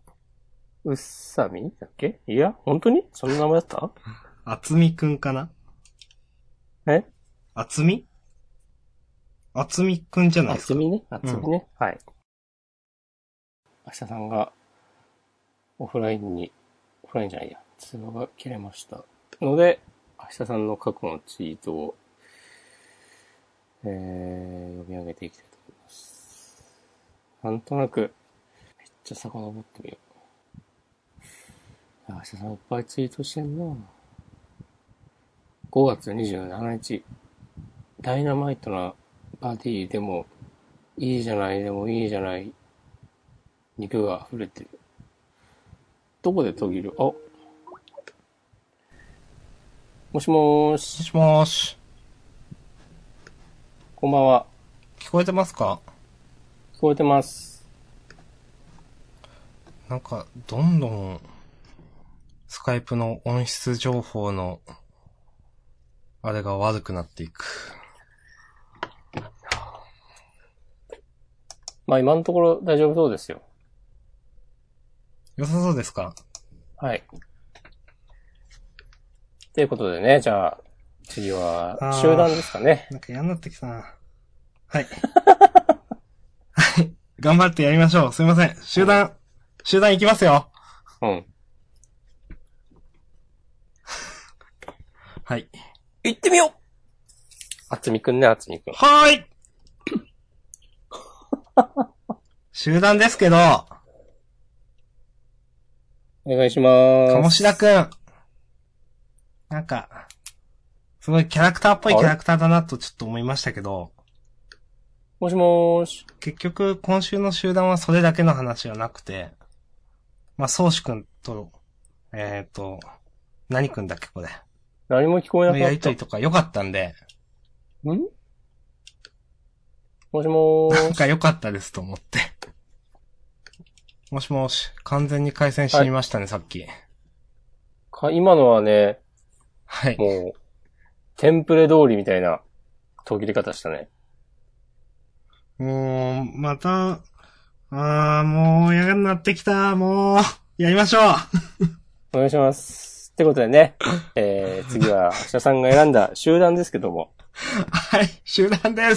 Speaker 1: うっさみだっけ？いや、本当にそんな名前だった？
Speaker 2: あつみくんかな？
Speaker 1: え？
Speaker 2: あつみ？あつみくんじゃないですか。
Speaker 1: あつみね。あつみね、うん。はい。明日さんが、オフラインに、オフラインじゃないや、通話が切れました。ので、明日さんの過去のツイートを、えー、読み上げていきたいと思います。なんとなく、めっちゃ遡ってみよう。明日さんいっぱいツイートしてんな。ごがつにじゅうしちにち、ダイナマイトなバディでも、いいじゃないでもいいじゃない、肉が溢れてる。どこで途切る？あ。もしもーし。
Speaker 2: もしもーし。
Speaker 1: こんばんは。
Speaker 2: 聞こえてますか？
Speaker 1: 聞こえてます。
Speaker 2: なんか、どんどん、スカイプの音質情報の、あれが悪くなっていく。
Speaker 1: まあ今のところ大丈夫そうですよ。
Speaker 2: 良さそうですか？
Speaker 1: はい。ということでね、じゃあ、次は、集団ですかね。
Speaker 2: なんか嫌になってきたな。はい。はい。頑張ってやりましょう。すいません。集団、うん、集団行きますよ。
Speaker 1: うん。
Speaker 2: はい。
Speaker 1: 行ってみよう！あつみくんね、あつみくん。
Speaker 2: はーい集団ですけど。
Speaker 1: お願いしまーす。
Speaker 2: 鴨志田くん。なんか、すごいキャラクターっぽいキャラクターだなとちょっと思いましたけど。
Speaker 1: もしもーし。
Speaker 2: 結局、今週の集団はそれだけの話はなくて、まあ、宗志くんと、えっと、何くんだっけ、これ。
Speaker 1: 何も聞こえなかった。
Speaker 2: やりとりとか良かったんで。
Speaker 1: ん？もしもーし。
Speaker 2: なんか良かったですと思って。もしもし、完全に回線死にましたね、はい、さっき。
Speaker 1: か、今のはね、
Speaker 2: はい。
Speaker 1: もう、テンプレ通りみたいな途切れ方したね。
Speaker 2: もう、また、あー、もう嫌になってきた。もう、やりましょう。
Speaker 1: お願いします。ってことでね、えー、次は、明日さんが選んだ集団ですけども。
Speaker 2: はい、集団です。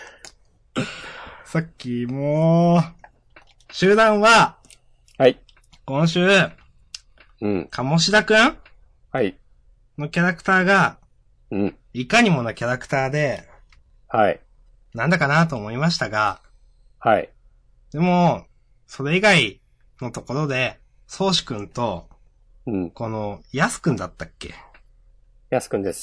Speaker 2: さっき、もう、集団は、
Speaker 1: はい。
Speaker 2: 今週、
Speaker 1: うん。
Speaker 2: 鴨志田くん
Speaker 1: はい。
Speaker 2: のキャラクターが、
Speaker 1: うん。
Speaker 2: いかにもなキャラクターで、
Speaker 1: はい。
Speaker 2: なんだかなと思いましたが、
Speaker 1: はい。
Speaker 2: でも、それ以外のところで、宗志くんと、
Speaker 1: うん。
Speaker 2: この、やすくんだったっけ？
Speaker 1: やすくんです。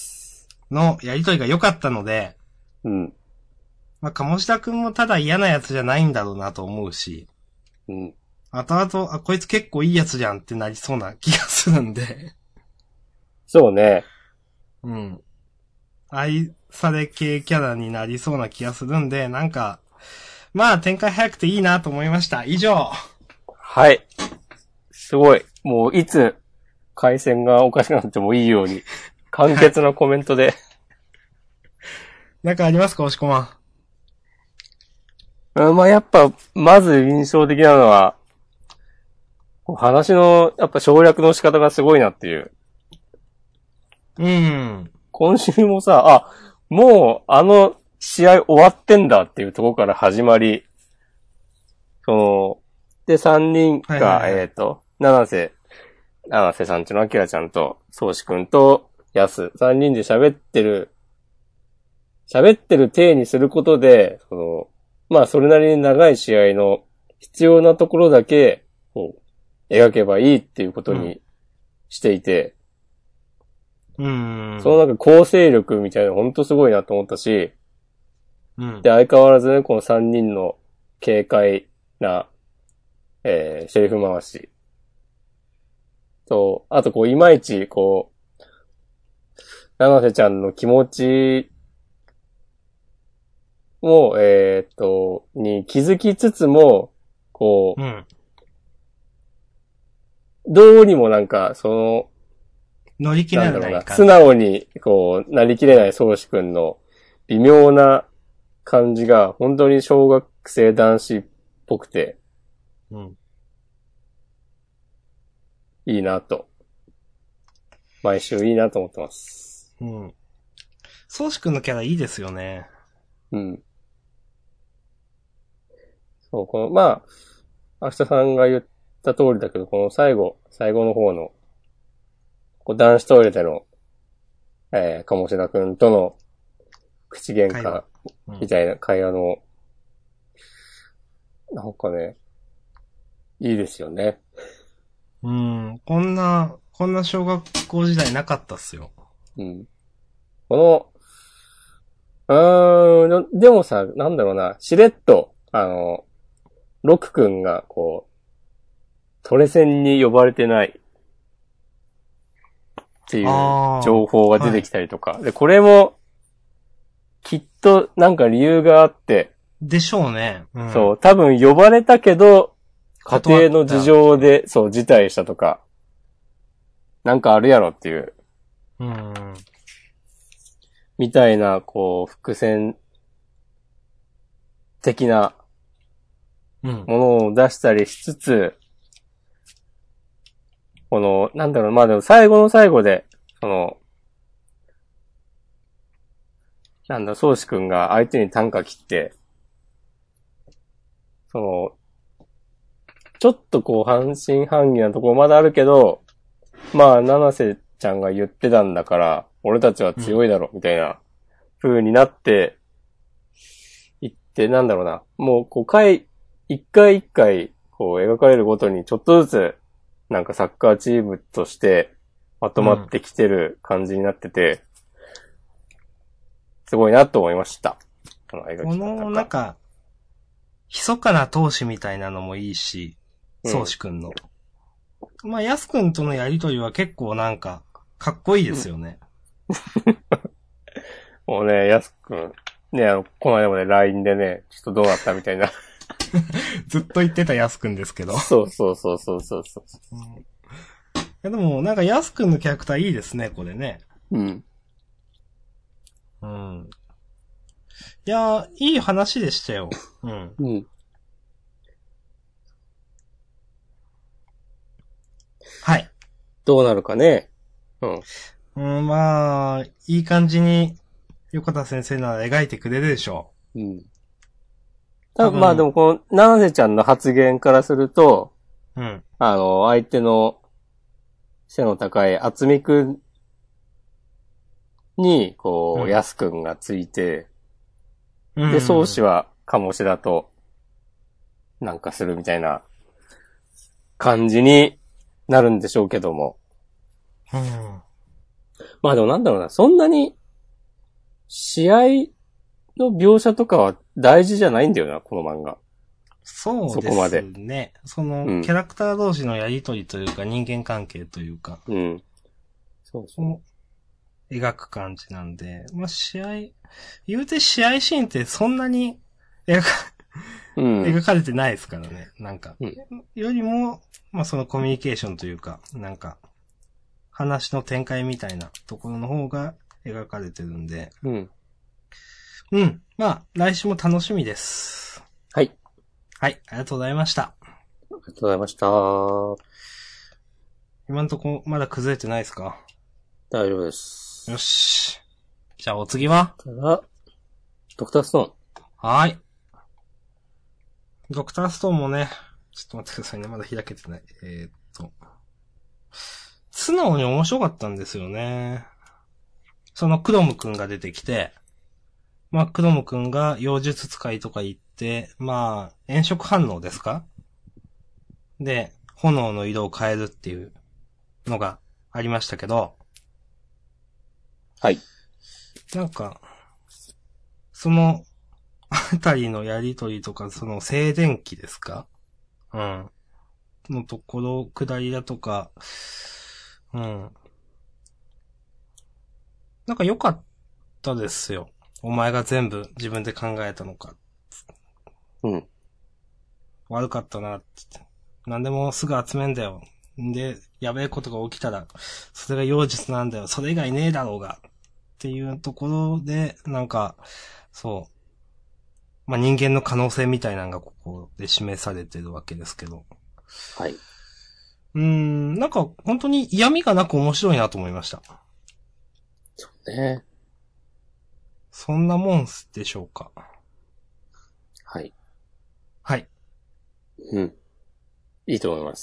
Speaker 2: のやりとりが良かったので、
Speaker 1: うん。
Speaker 2: まあ、鴨志田くんもただ嫌なやつじゃないんだろうなと思うし、
Speaker 1: うん。
Speaker 2: 後々、あ、こいつ結構いいやつじゃんってなりそうな気がするんで。
Speaker 1: そうね。
Speaker 2: うん。 愛され系キャラになりそうな気がするんで、なんか、まあ展開早くていいなと思いました。以上。
Speaker 1: はい。すごい。もういつ回線がおかしくなってもいいように、簡潔なコメントで。
Speaker 2: なんかありますか、押し込ま
Speaker 1: ん。まあやっぱ、まず印象的なのは、話の、やっぱ省略の仕方がすごいなっていう。
Speaker 2: うん。
Speaker 1: 今週もさ、あ、もうあの試合終わってんだっていうところから始まり、その、で、三人が、はいはいはい、えっ、ー、と、七瀬、七瀬さんちのアキラちゃんと、宗志くんと、ヤス、三人で喋ってる、喋ってる体にすることで、その、まあ、それなりに長い試合の必要なところだけ、こう、描けばいいっていうことにしていて、
Speaker 2: うん。
Speaker 1: そのなんか構成力みたいなのほんとすごいなと思ったし、
Speaker 2: うん。
Speaker 1: で、相変わらずね、この三人の軽快な、えー、セリフ回し。と、あとこう、いまいち、こう、七瀬ちゃんの気持ちも、えー、っと、に気づきつつも、こう、
Speaker 2: うん、
Speaker 1: どうにもなんか、その、
Speaker 2: 乗り切れない
Speaker 1: 感じ。素直に、こう、なりきれない宗志くんの微妙な感じが、本当に小学生男子っぽくて、
Speaker 2: うん。
Speaker 1: いいなと。毎週いいなと思ってます。
Speaker 2: うん。宗志くんのキャラいいですよね。
Speaker 1: うん。そう、この、まあ、明日さんが言った通りだけど、この最後、最後の方の、こう男子トイレでの、えー、鴨志田くんとの口喧嘩みたいな会話の、うん、なんかね、いいですよね。
Speaker 2: うん、こんな、こんな小学校時代なかったっすよ。
Speaker 1: うん。この、うーん、でもさ、なんだろうな、しれっと、あの、ロクくんが、こう、トレセンに呼ばれてないっていう情報が出てきたりとか。はい、で、これも、きっとなんか理由があって。
Speaker 2: でしょうね。
Speaker 1: うん、そう、多分呼ばれたけど、家庭の事情で、そう、辞退したとか、なんかあるやろっていう。
Speaker 2: うん。
Speaker 1: みたいな、こう、伏線的なものを出したりしつつ、うん、この、なんだろう、まあでも最後の最後で、その、なんだ、宗志くんが相手に短歌切って、その、ちょっとこう半信半疑なところまだあるけど、まあ、七瀬ちゃんが言ってたんだから、俺たちは強いだろ、みたいな風になって、言って、なんだろうな、もう、こう、回、一回一回、こう、描かれるごとにちょっとずつ、なんかサッカーチームとしてまとまってきてる感じになってて、うん、すごいなと思いました。
Speaker 2: この、このなんか、密かな闘志みたいなのもいいし、宗志くんの。うん、まあ、やすくんとのやりとりは結構なんか、かっこいいですよね。
Speaker 1: もうね、やすくん、ね、あの、この間もね、ライン でね、ちょっとどうなったみたいな。
Speaker 2: ずっと言ってたやすくんですけど。
Speaker 1: そうそうそうそうそうそう、うん。い
Speaker 2: やでも、なんかやすくんのキャラクターいいですね、これね。
Speaker 1: うん。
Speaker 2: うん。いや、いい話でしたよ。うん。
Speaker 1: うん。
Speaker 2: はい。
Speaker 1: どうなるかね。うん。
Speaker 2: うん、まあ、いい感じに、横田先生なら描いてくれるでしょ
Speaker 1: う。うん。多分まあでもこの、七瀬ちゃんの発言からすると、
Speaker 2: うん。
Speaker 1: あの、相手の背の高い厚みくんに、こう、うん、やすくんがついて、うん、で、宗師は鴨志田と、なんかするみたいな感じになるんでしょうけども。
Speaker 2: うん。
Speaker 1: まあでもなんだろうな、そんなに、試合の描写とかは大事じゃないんだよな、この漫画。
Speaker 2: そうですね。その、うん、キャラクター同士のやりとりというか、人間関係というか。
Speaker 1: うん。そうそう。
Speaker 2: 描く感じなんで、まあ、試合、言うて試合シーンってそんなに描か、
Speaker 1: うん。
Speaker 2: 描かれてないですからね。なんか、
Speaker 1: うん
Speaker 2: よりも、まあそのコミュニケーションというか、なんか、話の展開みたいなところの方が描かれてるんで、
Speaker 1: うん。
Speaker 2: うん。まあ、来週も楽しみです。
Speaker 1: はい。
Speaker 2: はい、ありがとうございました。
Speaker 1: ありがとうございました。
Speaker 2: 今んとこまだ崩れてないですか？
Speaker 1: 大丈夫です。
Speaker 2: よし。じゃあお次は？
Speaker 1: ただ、ドクターストーン。
Speaker 2: はーい。ドクターストーンもね、ちょっと待ってくださいね。まだ開けてない。えー、っと。素直に面白かったんですよね。そのクロムくんが出てきて、まあ、クロムくんが妖術使いとか言って、まあ、炎色反応ですか？で、炎の色を変えるっていうのがありましたけど、
Speaker 1: はい。
Speaker 2: なんか、そのあたりのやりとりとか、その静電気ですか？うん。のところ、下りだとか、うん。なんか良かったですよ。お前が全部自分で考えたのか。
Speaker 1: うん。
Speaker 2: 悪かったなって言って。何でもすぐ集めんだよ。んで、やべえことが起きたら、それが妖術なんだよ。それ以外ねえだろうが。っていうところで、なんか、そう。まあ、人間の可能性みたいなのがここで示されてるわけですけど。
Speaker 1: はい。
Speaker 2: うーん、なんか本当に嫌味がなく面白いなと思いました。
Speaker 1: そうね。
Speaker 2: そんなもんでしょうか。
Speaker 1: はい。
Speaker 2: はい。
Speaker 1: うん。いいと思います。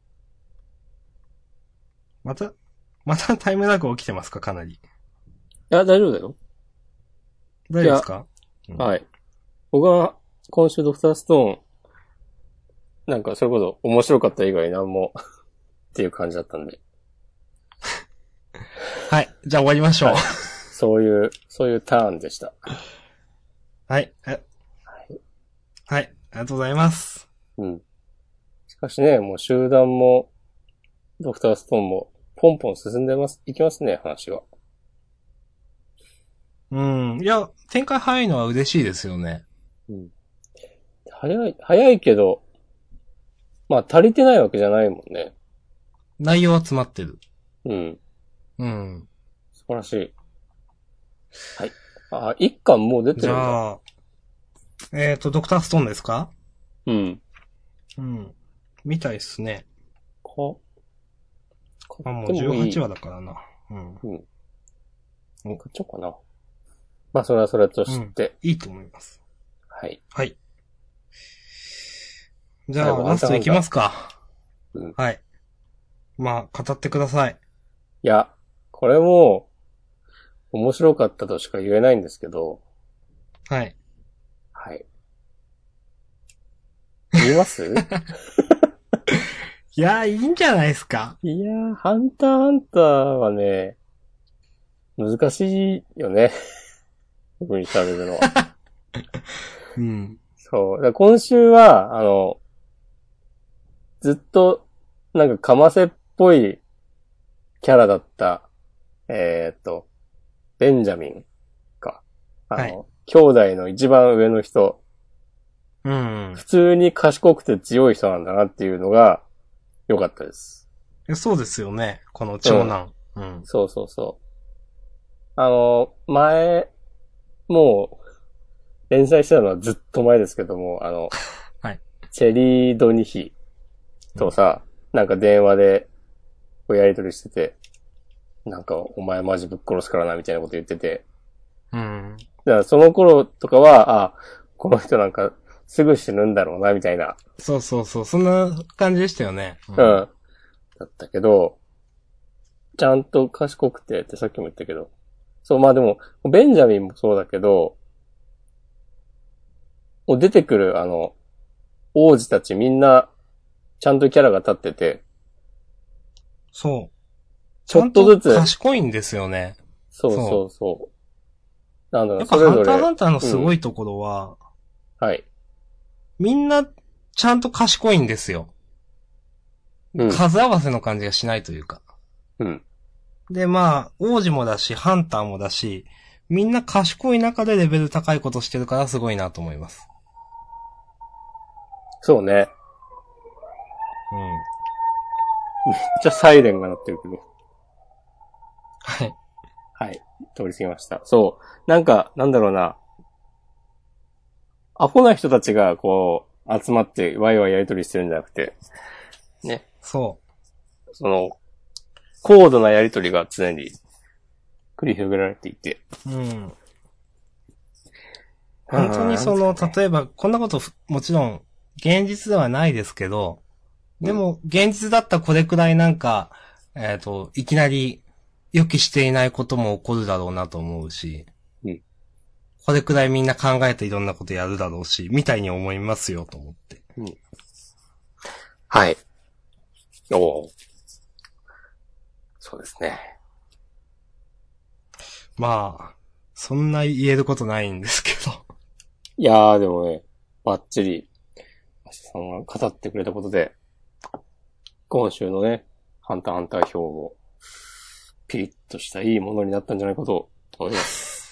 Speaker 2: また、またタイムラグ起きてますか、かなり。
Speaker 1: いや、大丈夫だよ。
Speaker 2: 大丈夫ですか？うん、
Speaker 1: はい。僕は今週ドクターストーン、なんかそれこそ面白かった以外何もっていう感じだったんで。
Speaker 2: はい。じゃあ終わりましょう。はい、
Speaker 1: そういう、そういうターンでした。
Speaker 2: はい。はい。はい。ありがとうございます。
Speaker 1: うん。しかしね、もう集団も、ドクターストーンも、ポンポン進んでます、いきますね、話は。
Speaker 2: うん。いや、展開早いのは嬉しいですよね。
Speaker 1: うん。早い、早いけど、まあ足りてないわけじゃないもんね。
Speaker 2: 内容は詰まってる。
Speaker 1: うん。
Speaker 2: うん。
Speaker 1: 素晴らしい。はい。あ、一巻もう出て
Speaker 2: じ
Speaker 1: るんだ。
Speaker 2: ゃあ、えっと、ドクターストーンですか？
Speaker 1: うん。
Speaker 2: うん。みたいっすね。
Speaker 1: か、
Speaker 2: あ、もう
Speaker 1: 買ってもいい。
Speaker 2: じゅうはちわだからな。うん。
Speaker 1: うん。買っちゃおうかな。まあ、それはそれとして。
Speaker 2: うん、いいと思います。
Speaker 1: はい。
Speaker 2: はい。じゃあ、ラストいきますか。うん。はい。まあ、語ってください。
Speaker 1: いや、これも、面白かったとしか言えないんですけど。
Speaker 2: はい。
Speaker 1: はい。言います
Speaker 2: いやー、いいんじゃないですか。
Speaker 1: いやー、ハンターハンターはね、難しいよね。僕に喋るのは。
Speaker 2: うん。
Speaker 1: そう。だ今週は、あの、ずっと、なんかかませっぽいキャラだった、えーっと、ベンジャミンか。あの、はい、兄弟の一番上の人。
Speaker 2: うん。
Speaker 1: 普通に賢くて強い人なんだなっていうのが良かったです。
Speaker 2: そうですよね。この長男。うん。うん、
Speaker 1: そうそうそう。あの、前、もう、連載してたのはずっと前ですけども、あの、
Speaker 2: はい。
Speaker 1: チェリー・ドニヒとさ、うん、なんか電話で、こうやりとりしてて、なんか、お前マジぶっ殺すからな、みたいなこと言ってて。
Speaker 2: うん。
Speaker 1: だからその頃とかは、あ、この人なんか、すぐ死ぬんだろうな、みたいな。
Speaker 2: そうそうそう、そんな感じでしたよね。
Speaker 1: うん。うん、だったけど、ちゃんと賢くてってさっきも言ったけど。そう、まあでも、ベンジャミンもそうだけど、出てくる、あの、王子たちみんな、ちゃんとキャラが立ってて。
Speaker 2: そう。
Speaker 1: ちょっとずつ。
Speaker 2: 賢いんですよね。
Speaker 1: そうそうそう。なんだろう、
Speaker 2: やっぱハンターハンターのすごいところは、
Speaker 1: うん、はい。
Speaker 2: みんな、ちゃんと賢いんですよ。うん、数合わせの感じがしないというか。
Speaker 1: うん。
Speaker 2: で、まあ、王子もだし、ハンターもだし、みんな賢い中でレベル高いことしてるからすごいなと思います。
Speaker 1: そうね。
Speaker 2: うん。
Speaker 1: めっちゃサイレンが鳴ってるけど。
Speaker 2: はい。
Speaker 1: はい。通り過ぎました。そう。なんか、なんだろうな。アホな人たちが、こう、集まってワイワイやりとりしてるんじゃなくて、ね。
Speaker 2: そ
Speaker 1: その、高度なやりとりが常に繰り広げられていて。
Speaker 2: う。うん。本当にその、
Speaker 1: ね、
Speaker 2: 例えば、こんなこともちろん、現実ではないですけど、でも、現実だったらこれくらいなんか、えっと、いきなり予期していないことも起こるだろうなと思うし、
Speaker 1: うん、
Speaker 2: これくらいみんな考えていろんなことやるだろうし、みたいに思いますよと思って。
Speaker 1: うん、はい。おー。そうですね。
Speaker 2: まあ、そんな言えることないんですけど。
Speaker 1: いやーでもね、バッチリ、明日さんが語ってくれたことで、今週のね、ハンターハンター表も、ピリッとしたいいものになったんじゃないかと思います。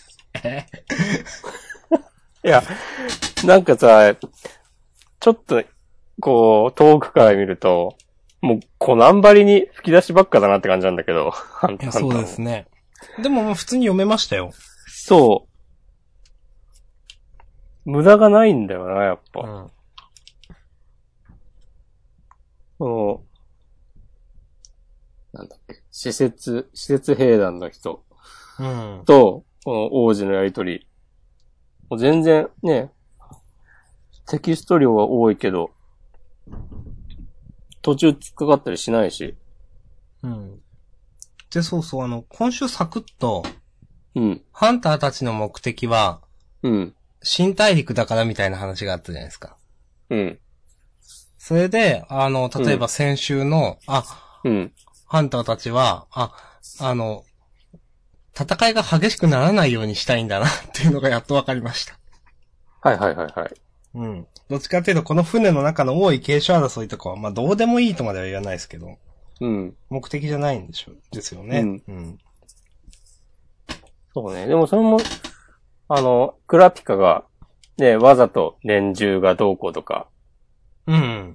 Speaker 2: え
Speaker 1: いや、なんかさ、ちょっと、こう、遠くから見ると、もう、コナン張りに吹き出しばっかだなって感じなんだけど、ハンターハンター。
Speaker 2: そうですね。でももう普通に読めましたよ。
Speaker 1: そう。無駄がないんだよな、やっぱ。
Speaker 2: うん。
Speaker 1: この、なんだっけ、施設、施設兵団の人
Speaker 2: うん。
Speaker 1: と、この王子のやりとり。もう全然ね、テキスト量は多いけど、途中突っかかったりしないし。
Speaker 2: うん。で、そうそう、あの、今週サクッと、
Speaker 1: うん。
Speaker 2: ハンターたちの目的は、
Speaker 1: うん。
Speaker 2: 新大陸だからみたいな話があったじゃないですか。
Speaker 1: うん。
Speaker 2: それで、あの、例えば先週の、うん、あ、
Speaker 1: うん。
Speaker 2: ハンターたちは、あ、あの、戦いが激しくならないようにしたいんだなっていうのがやっとわかりました。
Speaker 1: はいはいはいはい。
Speaker 2: うん。どっちかっていうと、この船の中の多い継承争いとかは、まあ、どうでもいいとまでは言わないですけど、
Speaker 1: うん。
Speaker 2: 目的じゃないんでしょ、ですよね。
Speaker 1: うん。
Speaker 2: うん。
Speaker 1: そうね。でもそれも、あの、クラピカが、ね、わざと年中がどうこうとか
Speaker 2: うん。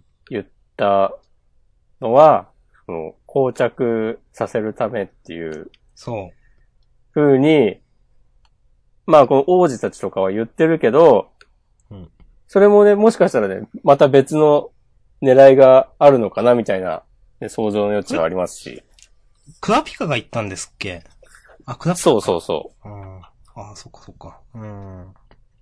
Speaker 1: 言ったのは、その、膠着させるためっていう
Speaker 2: そう。
Speaker 1: 風に、まあこの王子たちとかは言ってるけど、
Speaker 2: うん。
Speaker 1: それもね、もしかしたらね、また別の狙いがあるのかなみたいな、ね、想像の余地はありますし。
Speaker 2: クラピカが言ったんですっけ？あ、クラピカ。
Speaker 1: そうそうそう。
Speaker 2: うん。あ、そっかそっか。うん。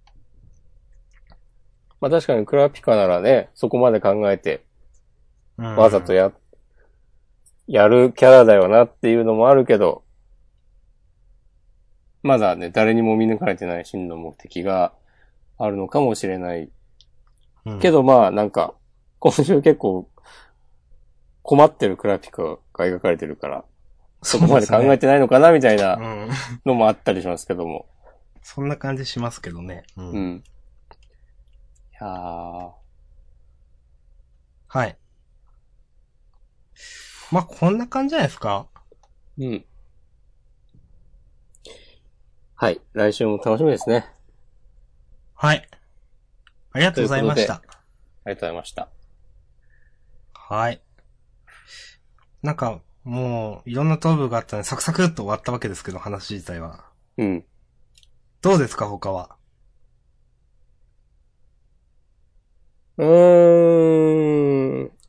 Speaker 1: まあ確かにクラピカならね、そこまで考えて、
Speaker 2: うん、
Speaker 1: わざとや、やるキャラだよなっていうのもあるけど、まだね、誰にも見抜かれてない真の目的があるのかもしれない。
Speaker 2: うん、
Speaker 1: けどまあなんか、今週結構困ってるクラピカが描かれてるから、そこまで考えてないのかなみたいなのもあったりしますけども。
Speaker 2: そんな感じしますけどね。うん。
Speaker 1: うん。いやー。
Speaker 2: はい。まあ、こんな感じじゃないですか？
Speaker 1: うん。はい。来週も楽しみですね。
Speaker 2: はい。ありがとうございました。
Speaker 1: ありがとうございました。
Speaker 2: はい。なんか、もう、いろんなトーブがあったので、サクサクっと終わったわけですけど、話自体は。
Speaker 1: うん。
Speaker 2: どうですか、他は。
Speaker 1: うーん。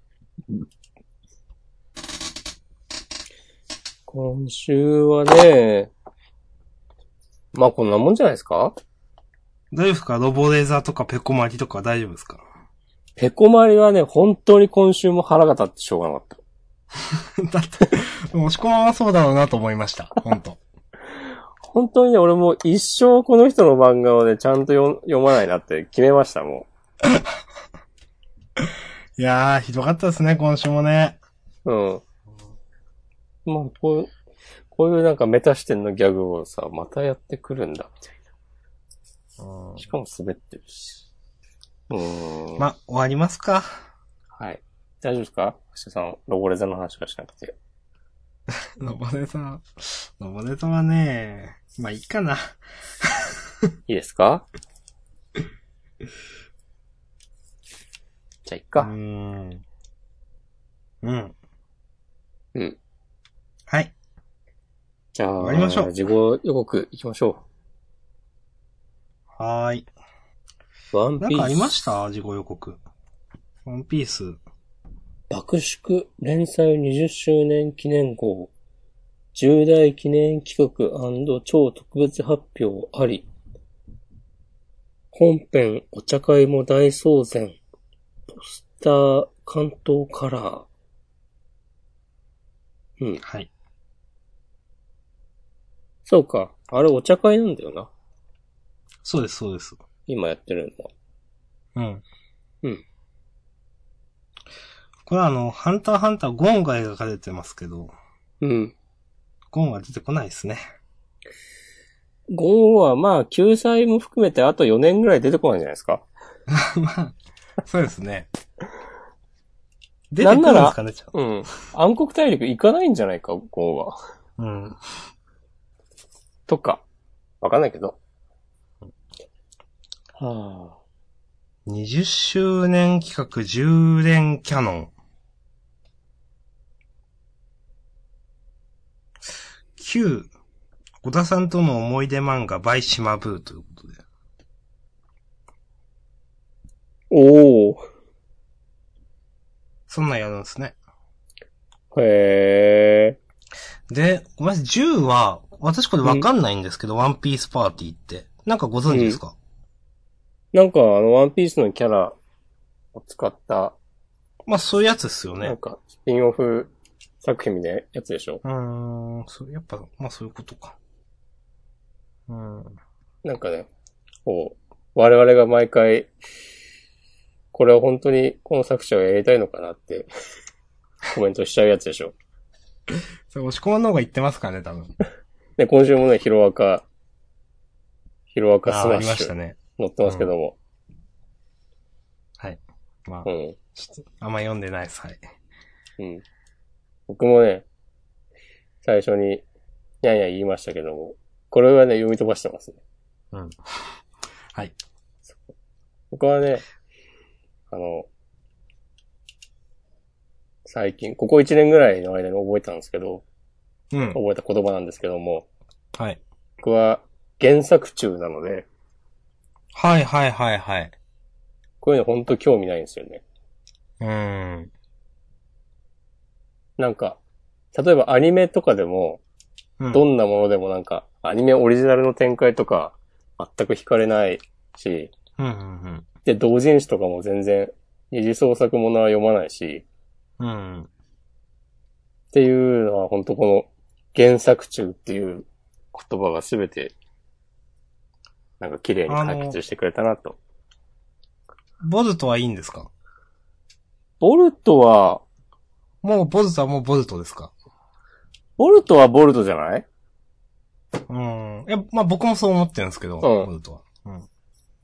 Speaker 1: 今週はね、まあこんなもんじゃないですか？
Speaker 2: どうですか、ロボレーザーとかペコマリとか大丈夫ですか？
Speaker 1: ペコマリはね、本当に今週も腹が立ってしょうがなかった。
Speaker 2: だって、押し込まはそうだろうなと思いました。本当
Speaker 1: 本当にね、俺も一生この人の漫画をね、ちゃんと読読まないなって決めました、も
Speaker 2: う。いやー、ひどかったですね、今週もね。
Speaker 1: うん。まあ、こういう、こういうなんかメタ視点のギャグをさ、またやってくるんだ、みたいな。しかも滑ってるし。うーん。
Speaker 2: ま、終わりますか。
Speaker 1: はい。大丈夫ですか？橋田さん、ロボレザの話がしなくて。
Speaker 2: のぼネタ、のぼネタはね、まあいいかな。
Speaker 1: いいですか？じゃあ、いっか。
Speaker 2: うーん。うん。
Speaker 1: うん。
Speaker 2: はい。
Speaker 1: じゃあ、
Speaker 2: 終わりましょう。
Speaker 1: 事後予告行きましょ
Speaker 2: う。はーい。
Speaker 1: う。ワンピース。
Speaker 2: なんかありました事後予告。ワンピース。
Speaker 1: 爆縮連載にじゅっしゅうねん記念号。重大記念企画&超特別発表あり。本編お茶会も大騒然。ポスター関東カラー。うん。
Speaker 2: はい。
Speaker 1: そうか。あれお茶会なんだよな。
Speaker 2: そうです、そうです。
Speaker 1: 今やってる
Speaker 2: うん。
Speaker 1: の。うん。
Speaker 2: これはあの、ハンターハンターゴンが描かれてますけど、
Speaker 1: うん。
Speaker 2: ゴンは出てこないですね。
Speaker 1: ゴンはまあ、救済も含めてあとよねんぐらい出てこないんじゃないですか。
Speaker 2: まあ、そうですね。出てくるんですかね、ちゃんと。
Speaker 1: うん。暗黒大陸行かないんじゃないか、ゴンは。
Speaker 2: うん。
Speaker 1: とか。わかんないけど。はあ。
Speaker 2: にじゅっしゅうねん企画じゅうねんキャノン。きゅう、小田さんとの思い出漫画 by 島ブーということで。
Speaker 1: おー。
Speaker 2: そんなんやるんですね。
Speaker 1: へー。
Speaker 2: で、ごめんなさい、じゅうは、私これわかんないんですけど、ワンピースパーティーって。なんかご存知ですか？
Speaker 1: うん、なんかあの、ワンピースのキャラを使った、
Speaker 2: まあそういうやつですよね。
Speaker 1: なんか、スピンオフ作品みたいなやつでしょ？
Speaker 2: うーん、それやっぱ、まあそういうことか。うん。
Speaker 1: なんかね、こう、我々が毎回、これは本当にこの作者がやりたいのかなってコメントしちゃうやつでしょ。
Speaker 2: それ押し込まんの方が言ってますかね、多分。
Speaker 1: で、今週もね、ヒロアカ、ヒロアカスマッ
Speaker 2: あ、ありまし
Speaker 1: シュ、
Speaker 2: たね。
Speaker 1: 載ってますけども。
Speaker 2: うん、はい。まあ、
Speaker 1: うん。
Speaker 2: ちょっと、あんま読んでないです、はい。
Speaker 1: うん。僕もね、最初に、やんや言いましたけども、これはね、読み飛ばしてますね。
Speaker 2: うん。はい。
Speaker 1: 僕はね、あの、最近、ここいちねんぐらいの間に覚えたんですけど、
Speaker 2: うん。
Speaker 1: 覚えた言葉なんですけども、
Speaker 2: はい。
Speaker 1: 僕は原作中なので、
Speaker 2: はいはいはいはい。
Speaker 1: こういうのほんと興味ないんですよね。
Speaker 2: うーん。
Speaker 1: なんか、例えばアニメとかでも、
Speaker 2: うん、
Speaker 1: どんなものでもなんか、アニメオリジナルの展開とか、全く惹かれないし、
Speaker 2: うんうんうん。
Speaker 1: で、同人誌とかも全然、二次創作ものは読まないし、
Speaker 2: うん。
Speaker 1: っていうのは本当この原作中っていう言葉がすべて、なんか綺麗に解決してくれたなと。
Speaker 2: ボルトはいいんですか？
Speaker 1: ボルトは、
Speaker 2: もうボルトはもうボルトですか？
Speaker 1: ボルトはボルトじゃない？
Speaker 2: うん。いや、まあ僕もそう思ってるんですけど、うん、ボルトは。うん。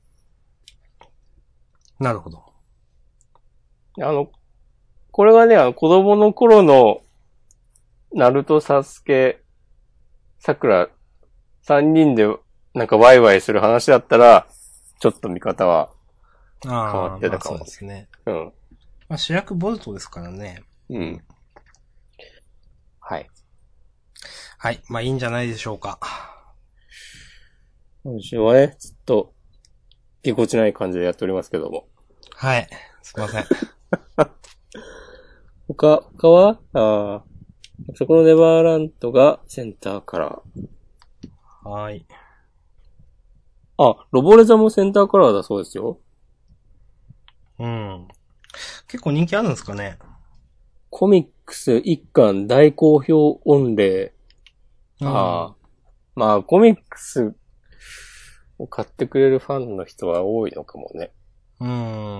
Speaker 2: なるほど。
Speaker 1: あの、これがね、あの子供の頃の、ナルト、サスケ、サクラ、三人でなんかワイワイする話だったら、ちょっと見方は変わってたかも。
Speaker 2: まあ、そうですね。
Speaker 1: うん。
Speaker 2: まあ主役ボルトですからね。
Speaker 1: うん。はい。
Speaker 2: はい。まあいいんじゃないでしょうか。
Speaker 1: 今週はね、ずっと、ぎこちない感じでやっておりますけども。
Speaker 2: はい。すいません。
Speaker 1: 他、他はああ、そこのネバーランドがセンターカラー。
Speaker 2: はい。
Speaker 1: あ、ロボレザもセンターカラーだそうですよ。
Speaker 2: うん。結構人気あるんですかね。
Speaker 1: コミックス一巻大好評御礼。うん、ああ。まあ、コミックスを買ってくれるファンの人は多いのかもね。
Speaker 2: うん。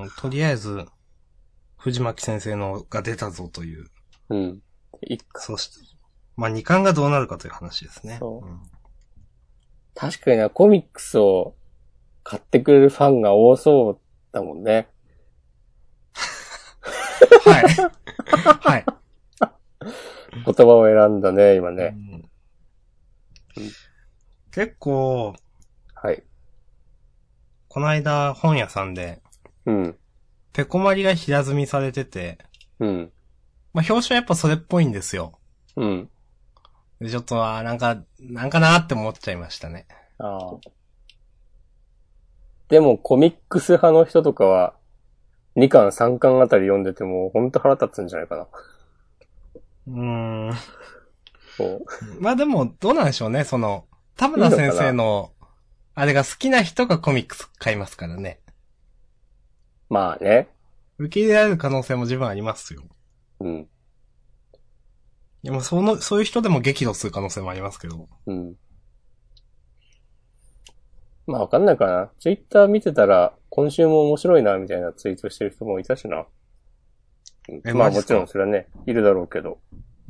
Speaker 2: とりあえず、藤巻先生のが出たぞという。
Speaker 1: うん。一巻。
Speaker 2: そして、まあ二巻がどうなるかという話ですね。
Speaker 1: そう。
Speaker 2: うん、
Speaker 1: 確かにな、コミックスを買ってくれるファンが多そうだもんね。
Speaker 2: はい。はい。
Speaker 1: 言葉を選んだね、今ね。
Speaker 2: うん
Speaker 1: うん
Speaker 2: 結構、
Speaker 1: はい。
Speaker 2: この間本屋さんで、
Speaker 1: うん。
Speaker 2: ペコマリが平積みされてて、
Speaker 1: うん。
Speaker 2: まあ表紙はやっぱそれっぽいんですよ。
Speaker 1: うん。
Speaker 2: でちょっと、あーなんか、なんかなーって思っちゃいましたね。
Speaker 1: ああ。でもコミックス派の人とかは、にかんさんかんあたり読んでても、ほんと腹立つんじゃないかな。
Speaker 2: うーん。
Speaker 1: こ
Speaker 2: まあでも、どうなんでしょうね、その、田村先生の、あれが好きな人がコミックス買いますからね。
Speaker 1: う。まあね。
Speaker 2: 受け入れられる可能性も十分ありますよ。
Speaker 1: うん。
Speaker 2: でも、その、そういう人でも激怒する可能性もありますけど。
Speaker 1: うん。まあわかんないかな。ツイッター見てたら、今週も面白いな、みたいなツイートしてる人もいたしな。うん
Speaker 2: え
Speaker 1: まあもち
Speaker 2: マジっすか
Speaker 1: ろんそれはね、いるだろうけど。
Speaker 2: うん。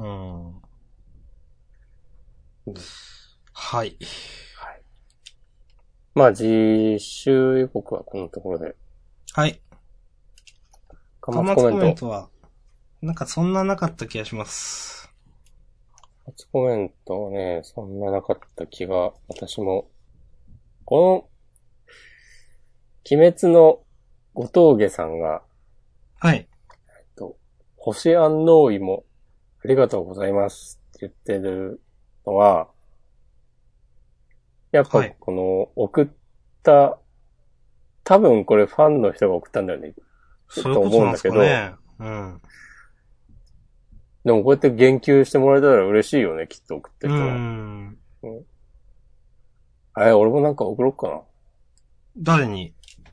Speaker 1: うん
Speaker 2: はい。
Speaker 1: まあ実習予告はこのところで。
Speaker 2: はい。
Speaker 1: か
Speaker 2: 端末コ
Speaker 1: まつコメント。
Speaker 2: メントは、なんかそんななかった気がします。
Speaker 1: 初コメントはね、そんななかった気が、私も。この、鬼滅の後峠さんが、
Speaker 2: はい。
Speaker 1: えっと、星安納芋、ありがとうございますって言ってるのは、やっぱ
Speaker 2: はい
Speaker 1: この送った、多分これファンの人が送ったんだよね。
Speaker 2: そういうことなんですか
Speaker 1: と思うん
Speaker 2: ね。うん。
Speaker 1: でもこうやって言及してもらえたら嬉しいよね、きっと送って
Speaker 2: う
Speaker 1: る人は。
Speaker 2: ん。
Speaker 1: あれ、俺もなんか送ろっかな。
Speaker 2: 誰に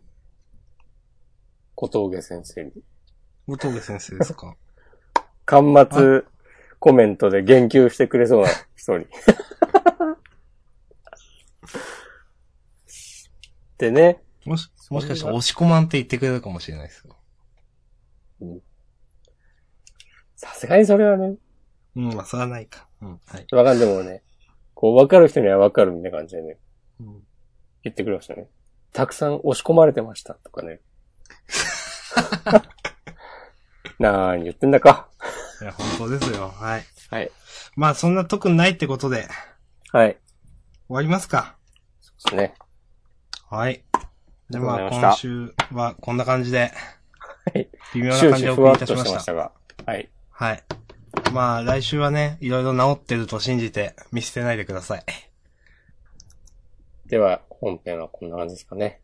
Speaker 1: 小峠先生に。
Speaker 2: 後峠先生ですか？
Speaker 1: 端末コメントで言及してくれそうな人に。でね。
Speaker 2: もし、もしかしたら押し込まんって言ってくれるかもしれないですよ。
Speaker 1: さすがにそれはね。
Speaker 2: うん、まあ、それはないか。うん、はい。
Speaker 1: わかんでもね。こう、わかる人にはわかるみたいな感じでね。
Speaker 2: うん、
Speaker 1: 言ってくれましたね。たくさん押し込まれてましたとかね。なーに言ってんだか。
Speaker 2: いや、本当ですよ。はい。
Speaker 1: はい。
Speaker 2: まあ、そんな特にないってことで、
Speaker 1: はい。
Speaker 2: 終わりますか。
Speaker 1: そうですね。
Speaker 2: はい。で、まあ、
Speaker 1: ありがとうございま
Speaker 2: 今
Speaker 1: した
Speaker 2: 週はこんな感じで、
Speaker 1: はい。
Speaker 2: 微妙な
Speaker 1: 終
Speaker 2: 感じでお送
Speaker 1: 始ふわっと
Speaker 2: りいたしまし。
Speaker 1: してましたたが。はい。
Speaker 2: はい。まあ、来週はね、いろいろ治ってると信じて見捨てないでください。
Speaker 1: では、本編はこんな感じですかね。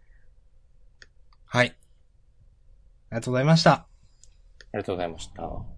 Speaker 2: はい。ありがとうございました。
Speaker 1: ありがとうございました。